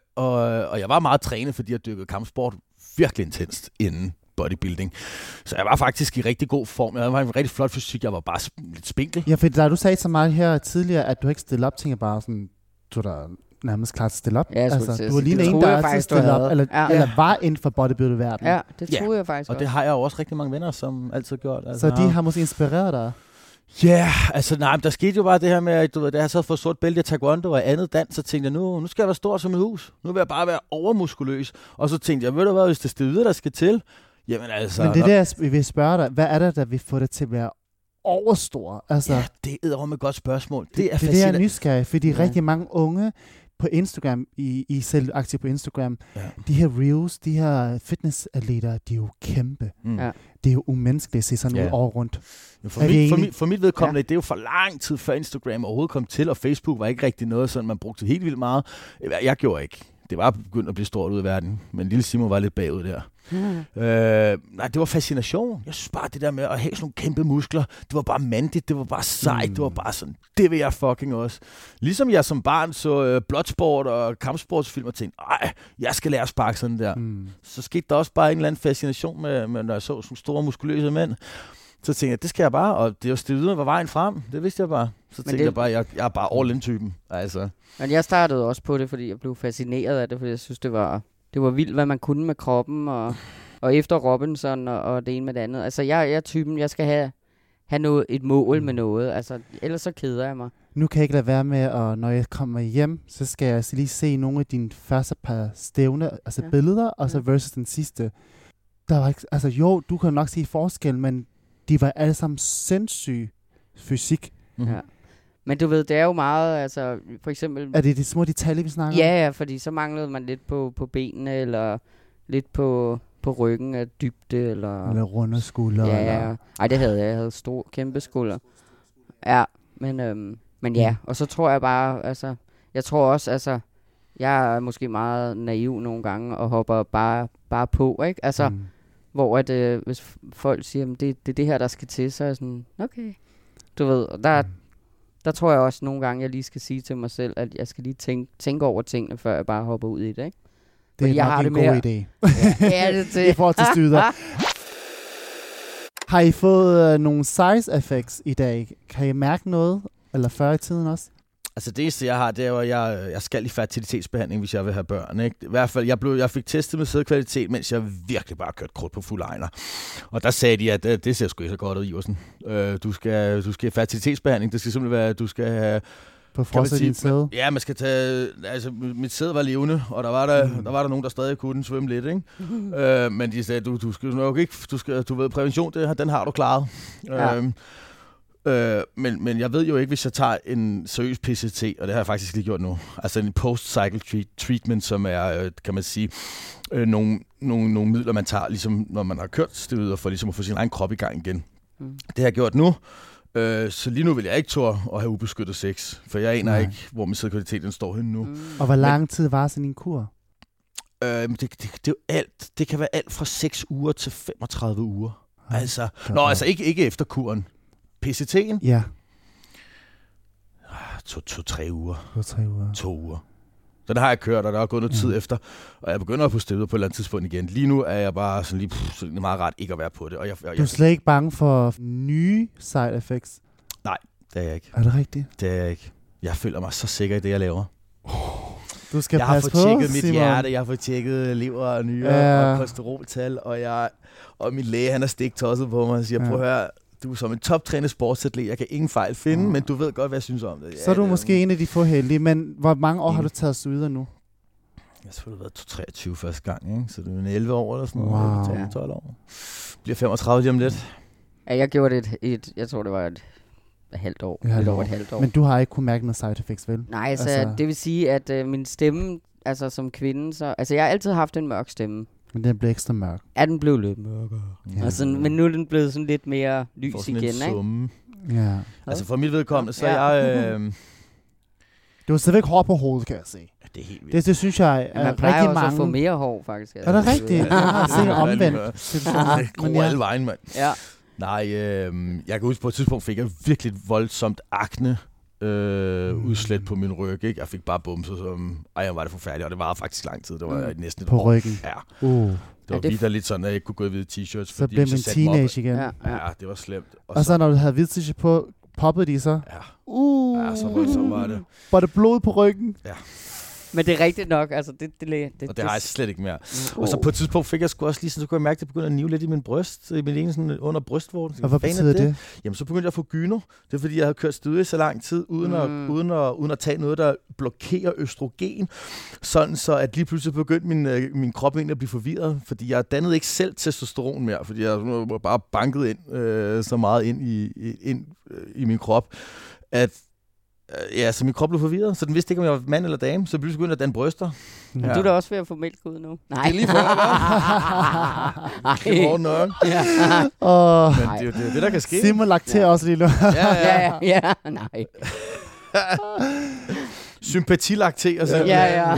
Speaker 2: Og jeg var meget trænet, fordi jeg dyrkede kampsport virkelig intenst inden bodybuilding. Så jeg var faktisk i rigtig god form. Jeg var en rigtig flot fysik. Jeg var bare lidt spinkel.
Speaker 1: Ja, for da du sagde så meget her tidligere, at du ikke stillede op, tænkte jeg bare sådan, du er da nærmest klar til at stille op.
Speaker 3: Ja,
Speaker 1: du var lige en, der altid stillede op, eller var inden for bodybuilding-verdenen.
Speaker 3: Ja, det troede jeg faktisk
Speaker 2: og det har jeg jo også rigtig mange venner, som altid har gjort.
Speaker 1: Altså, så de har måske inspireret dig?
Speaker 2: Ja, altså nej, der skete jo bare det her med, at da jeg så fået sort bælte i taekwondo og andet dans, så tænkte jeg, nu skal jeg være stor som et hus. Nu vil jeg bare være overmuskuløs. Og så tænkte jeg, ved du hvad, hvis det er videre, der skal til. Jamen altså...
Speaker 1: Men det er det, jeg vil spørge dig. Hvad er det, der vil få dig til at være overstor? Altså,
Speaker 2: ja, det er et godt spørgsmål. Det er
Speaker 1: det, jeg er nysgerrig, fordi rigtig mange unge på Instagram, I selv aktive på Instagram, de her reels, de her fitnessatleter, de er jo kæmpe. Det er jo umenneskeligt at se sådan noget over rundt.
Speaker 2: For mit vedkommende, det er jo for lang tid før Instagram overhovedet kom til, og Facebook var ikke rigtig noget, sådan man brugte helt vildt meget. Jeg gjorde ikke. Det var begyndt at blive stort ud i verden, men lille Simon var lidt bagud der. Nej, det var fascination. Jeg synes bare, det der med at have sådan nogle kæmpe muskler, det var bare mandigt, det var bare sejt, det var bare sådan, det vil jeg fucking også. Ligesom jeg som barn så Bloodsport og kampsportsfilm og tænkte, jeg skal lære at sparke sådan der. Så skete der også bare en eller anden fascination med når jeg så sådan store muskuløse mænd. Så tænkte jeg, det skal jeg bare, og det var stivet, var vejen frem. Det vidste jeg bare. Så tænkte jeg bare, jeg er bare all-in-typen. Altså.
Speaker 3: Men jeg startede også på det, fordi jeg blev fascineret af det, fordi jeg synes, det var vildt, hvad man kunne med kroppen, og efter Robinson og det ene med det andet. Altså, jeg er typen, jeg skal have et mål med noget. Altså, ellers så keder jeg mig.
Speaker 1: Nu kan jeg ikke lade være med, at når jeg kommer hjem, så skal jeg lige se nogle af dine første par stævne, altså billeder, og så versus den sidste. Der var ikke, altså jo, du kan nok sige forskel, men de var alle sammen sindssyg fysik.
Speaker 3: Ja. Men du ved, det er jo meget, altså for eksempel...
Speaker 1: Er det de små detaljer, vi snakker om?
Speaker 3: Ja, fordi så manglede man lidt på benene, eller lidt på ryggen af dybde, eller
Speaker 1: runde skuldre.
Speaker 3: Ja. Ej, det havde jeg. Jeg havde kæmpe skuldre. Ja, men ja. Og så tror jeg bare, altså... Jeg tror også, altså... Jeg er måske meget naiv nogle gange, og hopper bare på, ikke? Altså... Hvor at, hvis folk siger, at det er det her, der skal til, så er jeg sådan, okay. Du ved, og der tror jeg også nogle gange, jeg lige skal sige til mig selv, at jeg skal lige tænke over tingene, før jeg bare hopper ud i det, ikke?
Speaker 1: Det er nok en god idé.
Speaker 3: Ja, det
Speaker 1: i forhold til styder. Har I fået nogle size effects i dag? Kan I mærke noget? Eller før i tiden også?
Speaker 2: Altså det eneste, jeg har, det er jo, at jeg skal i fertilitetsbehandling, hvis jeg vil have børn. Ikke? I hvert fald, jeg fik testet med sædkvalitet, mens jeg virkelig bare kørte krudt på fuld ejner. Og der sagde de, at det ser sgu ikke så godt ud, Iversen. Du skal i fertilitetsbehandling. Det skal simpelthen være, at du skal have...
Speaker 1: På frosset din sæde?
Speaker 2: Ja, man skal tage... Altså, mit sæde var levende, og der var der nogen, der stadig kunne svømme lidt, ikke? Men de sagde, du skal nok ikke... Du ved, prævention, den har du klaret. Ja. Men jeg ved jo ikke, hvis jeg tager en seriøs PCT, og det har jeg faktisk lige gjort nu, altså en post-cycle treatment, som er, kan man sige, nogle midler, man tager, ligesom når man har kørt stedet, for ligesom at få sin egen krop i gang igen. Det har jeg gjort nu, så lige nu vil jeg ikke turde at have ubeskyttet sex, for jeg aner ikke, hvor min sædkvalitet står henne nu.
Speaker 1: Og hvor lang tid var sådan en kur?
Speaker 2: Det er jo alt. Det kan være alt fra 6 uger til 35 uger. Altså ikke efter kuren. PCT'en?
Speaker 1: Ja.
Speaker 2: 2-3 uger.
Speaker 1: 2-3 uger.
Speaker 2: 2 uger. Så det har jeg kørt, og der er gået noget tid efter. Og jeg begynder at få stedet på et eller andet tidspunkt igen. Lige nu er jeg bare sådan lige meget ret ikke at være på det. Og
Speaker 1: du er slet ikke bange for nye side effects?
Speaker 2: Nej, det er jeg ikke.
Speaker 1: Er det rigtigt?
Speaker 2: Det er jeg ikke. Jeg føler mig så sikker i det, jeg laver.
Speaker 1: Du skal
Speaker 2: jeg
Speaker 1: passe på,
Speaker 2: har fået tjekket mit
Speaker 1: Simon.
Speaker 2: hjerte, jeg har fået tjekket lever og nyrer og kolesteroltal, og min læge, han har stiktosset på mig og siger, prøv at høre, du er som en toptrænet sportsatlet, jeg kan ingen fejl finde, men du ved godt, hvad jeg synes om det.
Speaker 1: Så er du måske en af de få heldige, men hvor mange år har du taget stryder nu?
Speaker 2: Jeg har selvfølgelig været 23 første gang, ikke? Så det er 11 år eller sådan noget.
Speaker 1: Wow.
Speaker 2: 12 år. Bliver 35 lige om lidt.
Speaker 3: Ja, jeg gjorde det jeg tror det var et halvt år. Lidt over et halvt år.
Speaker 1: Men du har ikke kunnet mærke noget side effects, vel?
Speaker 3: Nej, altså det vil sige, at min stemme, altså som kvinde, så... Altså jeg har altid haft en mørk stemme.
Speaker 1: Men den blev ekstra mørk.
Speaker 3: Ja, den blev lidt mørkere.
Speaker 1: Ja.
Speaker 3: Og sådan, men nu er den blevet sådan lidt mere lys igen, ikke?
Speaker 1: Ja.
Speaker 2: Altså for mit vedkommende, så er jeg...
Speaker 1: Du har stadigvæk hår på hovedet, kan jeg se.
Speaker 2: Det er helt vildt.
Speaker 1: Det synes jeg er
Speaker 3: Man plejer
Speaker 1: rigtig
Speaker 3: også
Speaker 1: mange.
Speaker 3: at få mere hår, faktisk.
Speaker 1: Er det rigtigt? Jeg har set omvendt.
Speaker 2: Det gror alle vejen, mand.
Speaker 3: Ja.
Speaker 2: Nej, jeg kan huske, på et tidspunkt fik jeg virkelig voldsomt akne udslæt på min ryg. Ikke? Jeg fik bare bumser, som... Ej, var det forfærdeligt, og det var faktisk lang tid. Det var næsten et
Speaker 1: på
Speaker 2: år.
Speaker 1: ryggen.
Speaker 2: Ja. Det var
Speaker 3: det
Speaker 2: lidt sådan, at jeg ikke kunne gå i hvide t-shirts.
Speaker 1: Så blev man teenage igen.
Speaker 2: Ja, det var slemt.
Speaker 1: Og så når du havde hvide t-shirt på, poppede de så?
Speaker 2: Ja. Ja, så var det.
Speaker 1: Var det blod på ryggen?
Speaker 2: Ja.
Speaker 3: Men det er rigtigt nok, altså
Speaker 2: Og det har jeg slet ikke mere. Og så på et tidspunkt fik jeg sgu også lige sådan, så kunne jeg mærke, at det begyndte at nive lidt i min bryst, i min ene sådan under brystvorten.
Speaker 1: Og hvad betyder det?
Speaker 2: Jamen, så begyndte jeg at få gyno. Det er fordi, jeg havde kørt støde så lang tid, uden at tage noget, der blokerer østrogen. Sådan så, at lige pludselig begyndte min krop egentlig at blive forvirret, fordi jeg dannede ikke selv testosteron mere, fordi jeg var bare banket ind, så meget ind i min krop, at så min krop blev forvirret, så den vidste ikke, om jeg var mand eller dame, så pludselig begyndte at danne bryster.
Speaker 3: Ja. Du er da også ved at få mælk ud nu. Nej.
Speaker 2: Det er lige før, det var nok. Men det er det, der kan ske.
Speaker 1: Simon lakterer også lige nu.
Speaker 3: Ja, nej.
Speaker 2: Sympatilakterer selv.
Speaker 3: Ja.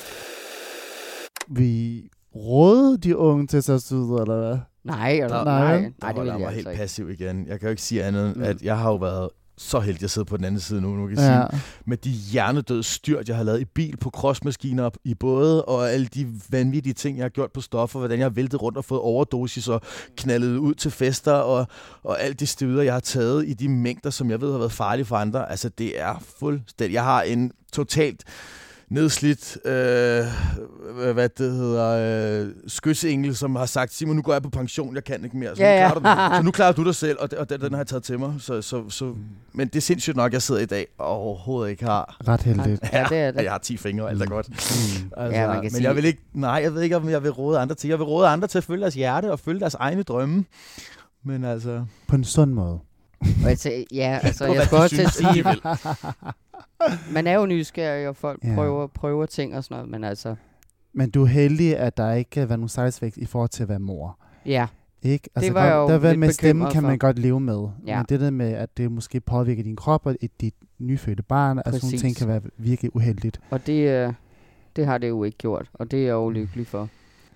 Speaker 1: Vi rådede de unge til at ud, eller hvad?
Speaker 3: Nej, det vil jeg
Speaker 2: var
Speaker 3: altså
Speaker 2: helt
Speaker 3: ikke.
Speaker 2: passiv igen. Jeg kan jo ikke sige andet, at jeg har jo været så heldig at sidde på den anden side nu kan sige. Med de hjernedøde styrt, jeg har lavet i bil, på crossmaskiner, i både, og alle de vanvittige ting, jeg har gjort på stoffer, hvordan jeg har væltet rundt og fået overdosis og knaldet ud til fester, og alle de støder, jeg har taget i de mængder, som jeg ved har været farlige for andre. Altså, det er fuldstændig. Jeg har en totalt nedslidt, skytsengel, som har sagt, Simon, nu går jeg på pension, jeg kan ikke mere. Så nu klarer du dig selv, og den har jeg taget til mig. Men det er sindssygt nok, jeg sidder i dag og overhovedet ikke har...
Speaker 1: Ret heldigt.
Speaker 3: Ja, det er det.
Speaker 2: Jeg har 10 fingre, og alt er godt.
Speaker 3: Ja, man kan
Speaker 2: men
Speaker 3: sige...
Speaker 2: jeg vil ikke... Nej, jeg ved ikke, om jeg vil råde andre til. Jeg vil råde andre til at følge deres hjerte og følge deres egne drømme. Men altså...
Speaker 1: På en sund måde.
Speaker 3: jeg skal også til at sige... Man er jo nysgerrig, og folk prøver ting og sådan noget, men altså...
Speaker 1: Men du er heldig, at der ikke kan være nogen side effects i forhold til at være mor.
Speaker 3: Ja.
Speaker 1: Ikke? Altså,
Speaker 3: det var jo
Speaker 1: der
Speaker 3: lidt
Speaker 1: med stemmen kan man
Speaker 3: for.
Speaker 1: godt leve med.
Speaker 3: Ja.
Speaker 1: Men det der med, at det måske påvirker din krop og dit nyfødte barn, altså sådan ting kan være virkelig uheldigt.
Speaker 3: Og det har det jo ikke gjort, og det er jeg jo lykkelig for.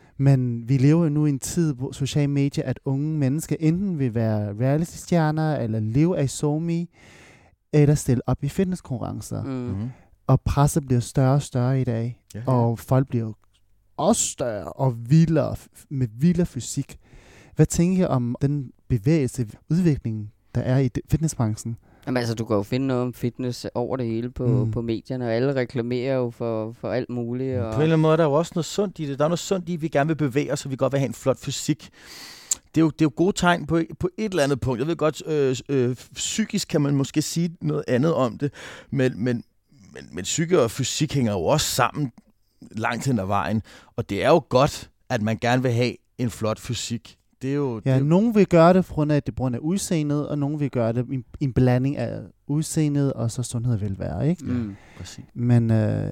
Speaker 1: Men vi lever jo nu i en tid på sociale medier, at unge mennesker enten vil være reality-stjerner, eller leve af SoMe, eller stille op i fitnesskonkurrencer.
Speaker 3: Mm.
Speaker 1: Og presset bliver større og større i dag.
Speaker 2: Ja.
Speaker 1: Og folk bliver jo også større og vildere, med vildere fysik. Hvad tænker I om den bevægelse, udvikling, der er i fitnessbranchen?
Speaker 3: Jamen altså, du kan jo finde noget om fitness over det hele på medierne, og alle reklamerer jo for alt muligt. Og...
Speaker 2: På en eller anden måde, der er jo også noget sundt i det. Der er noget sundt i, at vi gerne vil bevæge os, og vi godt vil have en flot fysik. Det er jo gode tegn på et eller andet punkt. Jeg ved godt, psykisk kan man måske sige noget andet om det, men psyke og fysik hænger jo også sammen langt hen ad vejen. Og det er jo godt, at man gerne vil have en flot fysik. Det er jo,
Speaker 1: nogen vil gøre det på grund af udseendet, og nogen vil gøre det i en blanding af udseendet og så sundhed og velvære, ikke?
Speaker 2: Ja, præcis.
Speaker 1: Men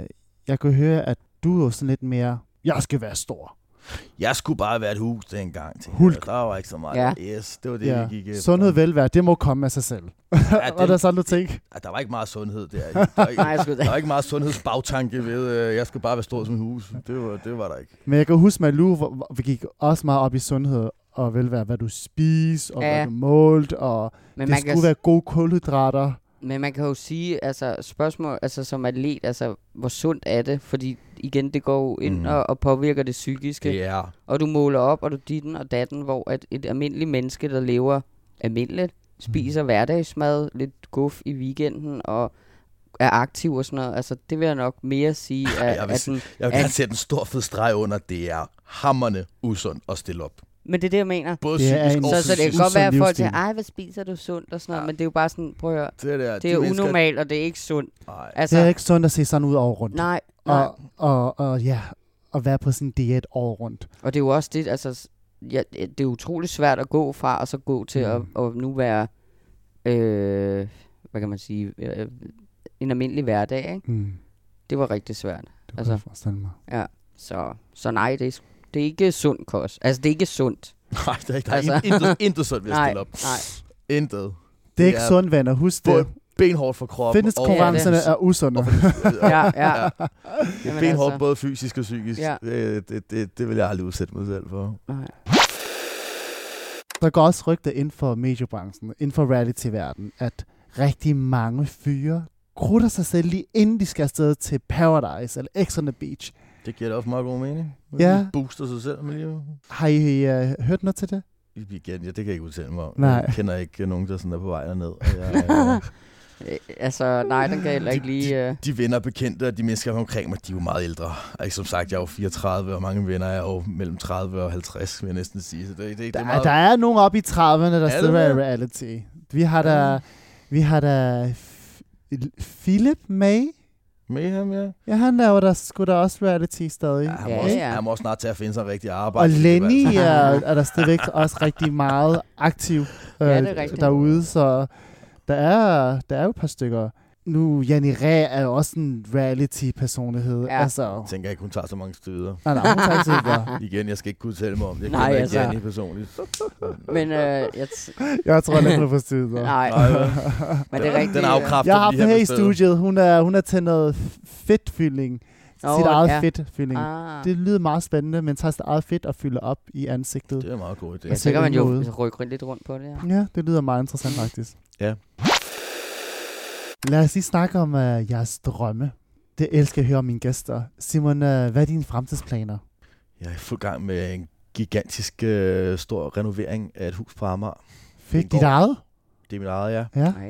Speaker 1: jeg kan høre, at du er jo sådan lidt mere, jeg skal være stor.
Speaker 2: Jeg skulle bare være et hus dengang.
Speaker 1: Hulk.
Speaker 2: Der var ikke så meget. Ja. Yes, det var det, vi gik efter.
Speaker 1: Sundhed og velvære, det må komme af sig selv. Og der er sådan, du tænker?
Speaker 2: Der var ikke meget sundhed der. Der var ikke meget sundhedsbagtanke ved, jeg skulle bare være stor som et hus. Det var der ikke.
Speaker 1: Men jeg kan huske, Malou, hvor vi gik også meget op i sundhed og velvære, hvad du spiser, og hvad du målt, og det skulle være gode kulhydrater.
Speaker 3: Men man kan jo sige, altså spørgsmål, altså som atlet, altså hvor sundt er det? Fordi igen, det går jo ind og påvirker det psykiske.
Speaker 2: Yeah.
Speaker 3: Og du måler op, og du ditten og datten, hvor at et almindeligt menneske, der lever almindeligt, spiser hverdagsmad, lidt guf i weekenden, og er aktiv og sådan noget. Altså det vil jeg nok mere sige.
Speaker 2: Jeg vil gerne sætte en stor fed streg under, det er hamrende usundt at stille op.
Speaker 3: Men det er det, jeg mener.
Speaker 2: Både psykisk og
Speaker 3: så det kan godt være, at folk siger, hvad spiser du sundt og sådan noget, men det er jo bare sådan, prøv at høre, det er unormalt, og det er ikke sundt.
Speaker 1: Altså, det er ikke sundt at se sådan ud over rundt.
Speaker 3: Nej.
Speaker 1: Og være på sådan en diæt over rundt.
Speaker 3: Og det er jo også det, altså, det er utroligt svært at gå fra, og så gå til at nu være, hvad kan man sige, en almindelig hverdag, ikke? Det var rigtig svært.
Speaker 1: Det kan jeg forestille mig.
Speaker 3: Ja, så nej, det Det er ikke sund kost. Altså, det er ikke sundt.
Speaker 2: Nej, det er ikke. Altså. Intet sundt ved at stille op.
Speaker 3: Nej.
Speaker 2: Intet.
Speaker 1: Det er ikke sundt, venner. Husk det.
Speaker 2: Benhårdt for kroppen.
Speaker 1: Fitnesskonkurrencerne er usunde.
Speaker 3: Ja.
Speaker 2: Det er benhårdt både fysisk og psykisk. Ja. Det vil jeg aldrig udsætte mig selv for.
Speaker 3: Nej.
Speaker 1: Der går også rygter inden for mediebranchen, inden for reality-verdenen, at rigtig mange fyre krutter sig selv lige inden de skal afsted til Paradise eller X on the Beach.
Speaker 2: Det giver da også meget god mening.
Speaker 1: Ja.
Speaker 2: Booster sig selv med livet.
Speaker 1: Har I hørt noget til det?
Speaker 2: Igen, det kan jeg ikke udtale mig om.
Speaker 1: Nej.
Speaker 2: Jeg kender ikke nogen, der sådan er på vej derned.
Speaker 3: Altså, nej, den kan heller ikke lige...
Speaker 2: De venner bekendte, og de mennesker omkring mig, de er jo meget ældre. Altså, som sagt, jeg er jo 34, og mange venner er jo mellem 30 og 50, vil jeg næsten sige. Så det er meget...
Speaker 1: Der er nogen oppe i 30'erne, der sidder i reality. Vi har da Philip May.
Speaker 2: Mayhem, ja.
Speaker 1: Ja, han laver der sgu da også reality stadig.
Speaker 2: Ja, han må også snart til at finde sig en rigtig arbejde.
Speaker 1: Og Lenny er der stadigvæk også rigtig meget aktiv derude, så der er jo et par stykker. Nu, Janni Ræ er jo også en reality-personlighed.
Speaker 3: Ja.
Speaker 1: Altså.
Speaker 2: Jeg tænker ikke, hun tager så mange steder.
Speaker 1: Nej, hun tager ikke så
Speaker 2: igen, jeg skal ikke kunne tælle mig om det. Jeg
Speaker 3: kender
Speaker 2: ikke Janni personligt.
Speaker 3: Men
Speaker 1: jeg tror ikke, hun er på stedet.
Speaker 3: Nej, men det er rigtigt.
Speaker 2: Den afkræfter
Speaker 1: jeg har haft her i studiet. Hun er til noget fedtfyldning. Sit eget fedtfyldning. Det lyder meget spændende, men tager sit eget fedt og fylder op i ansigtet.
Speaker 2: Det er meget god idé.
Speaker 3: Ja, så kan man jo rykke lidt rundt på det.
Speaker 1: Ja, det lyder meget interessant faktisk.
Speaker 2: Ja.
Speaker 1: Lad os lige snakke om jeres drømme. Det elsker jeg at høre om mine gæster. Simon, hvad er dine fremtidsplaner?
Speaker 2: Jeg er i fuld gang med en gigantisk stor renovering af et hus på Amager.
Speaker 1: Fedt. Dit eget?
Speaker 2: Det er mit eget, ja.
Speaker 1: Ja.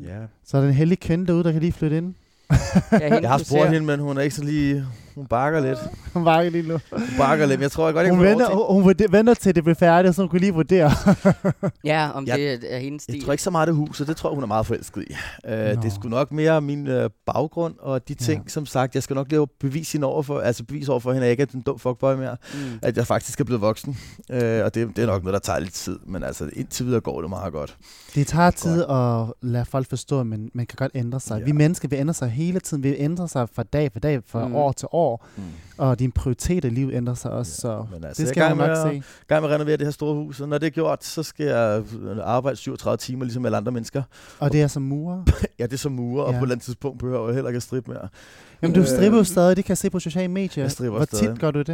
Speaker 1: Så er der en heldig kvinde derude, der kan lige flytte ind?
Speaker 2: Jeg har spurgt hende, men hun er ikke så lige... Hun bakker lidt.
Speaker 1: Hun bakker lige nu.
Speaker 2: Hun bakker lidt, men jeg tror jeg godt, jeg
Speaker 1: hun venter til det bliver færdigt, så hun kunne lige vurdere.
Speaker 3: Ja, om det er hendes stil.
Speaker 2: Jeg tror ikke så meget det hus, og det tror jeg, hun er meget forelsket i. Det er sgu nok mere min baggrund, og de ting, som sagt, jeg skal nok lige bevise over for hende, at jeg ikke er den dum fuckboy mere. At jeg faktisk er blevet voksen. Og det er nok noget, der tager lidt tid, men altså indtil videre går det meget godt.
Speaker 1: Det tager tid at lade folk forstå, men man kan godt ændre sig. Ja. Vi mennesker vil ændre sig hele tiden. Vi ændrer sig fra dag for dag, fra år til år. Og dine prioriteter i livet ændrer sig også. Så
Speaker 2: altså,
Speaker 1: det skal man nok se.
Speaker 2: Gang med at renovere det her store hus, og når det er gjort, så skal jeg arbejde 37 timer, ligesom alle andre mennesker. Og
Speaker 1: det er som murer?
Speaker 2: Ja, det er som murer, og på et eller andet tidspunkt behøver jeg heller ikke at strippe mere.
Speaker 1: Jamen, du stripper jo stadig, det kan jeg se på sociale medier. Hvor tit gør du det?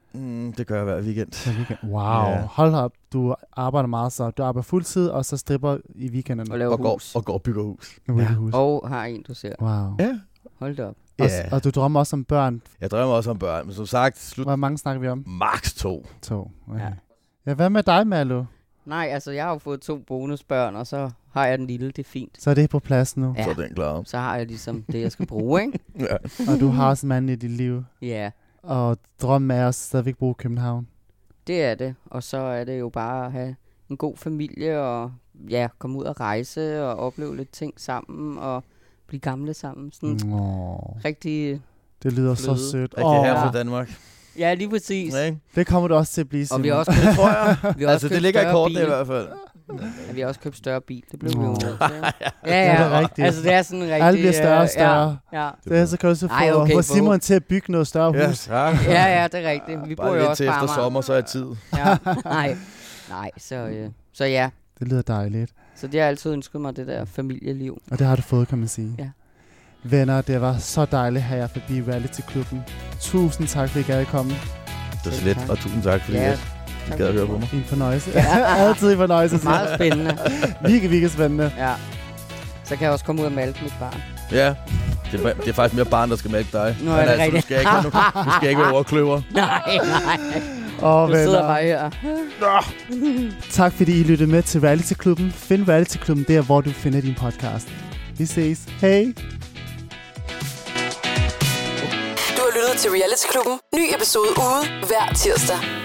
Speaker 2: Det gør jeg hver weekend.
Speaker 1: Wow, hold op. Du arbejder meget, så du arbejder fuldtid, og så stripper i weekenderne.
Speaker 3: Og laver hus.
Speaker 2: Og går og bygger hus.
Speaker 3: Og har en, du ser.
Speaker 1: Wow.
Speaker 2: Ja.
Speaker 3: Hold da op.
Speaker 1: Og du drømmer også om børn?
Speaker 2: Jeg drømmer også om børn, men som sagt...
Speaker 1: Hvor mange snakker vi om?
Speaker 2: Max 2.
Speaker 1: Okay. Ja, hvad med dig, Malu?
Speaker 3: Nej, altså jeg har jo fået 2 bonusbørn, og så har jeg den lille, det er fint.
Speaker 1: Så er det på plads nu?
Speaker 3: Ja.
Speaker 2: Så er den klar.
Speaker 3: Så har jeg ligesom det, jeg skal bruge, ikke?
Speaker 2: Ja.
Speaker 1: Og du har også en mand i dit liv?
Speaker 3: Ja.
Speaker 1: Og drømmen er også stadigvæk bo i København?
Speaker 3: Det er det, og så er det jo bare at have en god familie, og komme ud og rejse, og opleve lidt ting sammen, og blive gamle sammen. Sådan rigtig...
Speaker 1: Det lyder så sødt.
Speaker 2: Rigtig her fra Danmark.
Speaker 3: Ja, lige præcis.
Speaker 1: Det kommer du også til at blive, Simon.
Speaker 3: Og vi har også købt,
Speaker 2: det tror jeg. Altså, det ligger i kortene i hvert fald.
Speaker 3: Ja, vi har også købt større bil. Det blev vi jo.
Speaker 1: Ja, det er rigtigt.
Speaker 3: Altså, det er sådan rigtig...
Speaker 1: Alt bliver større og større.
Speaker 3: Ja.
Speaker 1: Det er så kan du så få Simon til at bygge noget større hus.
Speaker 3: Ja, det er rigtigt. Vi bor jo også
Speaker 2: til efter sommer, så er tid.
Speaker 3: Ja, nej, så ja.
Speaker 1: Det lyder dejligt.
Speaker 3: Så det har altid ønsket mig, det der familieliv.
Speaker 1: Og det har du fået, kan man sige.
Speaker 3: Ja.
Speaker 1: Venner, det var så dejligt at have jer forbi Reality-klubben. Tusind tak, fordi I gad at komme.
Speaker 2: Det er så lidt, og tusind tak, fordi I gad at høre på mig.
Speaker 1: En fornøjelse. Altid en fornøjelse.
Speaker 3: Meget spændende.
Speaker 1: Virkelig spændende.
Speaker 3: Ja. Så kan jeg også komme ud og malke mit barn.
Speaker 2: Ja. Det er faktisk mere barn, der skal malke dig.
Speaker 3: Nu er det rigtigt.
Speaker 2: Du skal ikke være overkløver.
Speaker 3: Nej.
Speaker 1: Du
Speaker 3: sidder bare her.
Speaker 1: Tak fordi I lyttede med til Reality-klubben. Find Reality-klubben der, hvor du finder din podcast. Vi ses. Hej.
Speaker 4: Du har lyttet til Reality-klubben. Ny episode ude hver tirsdag.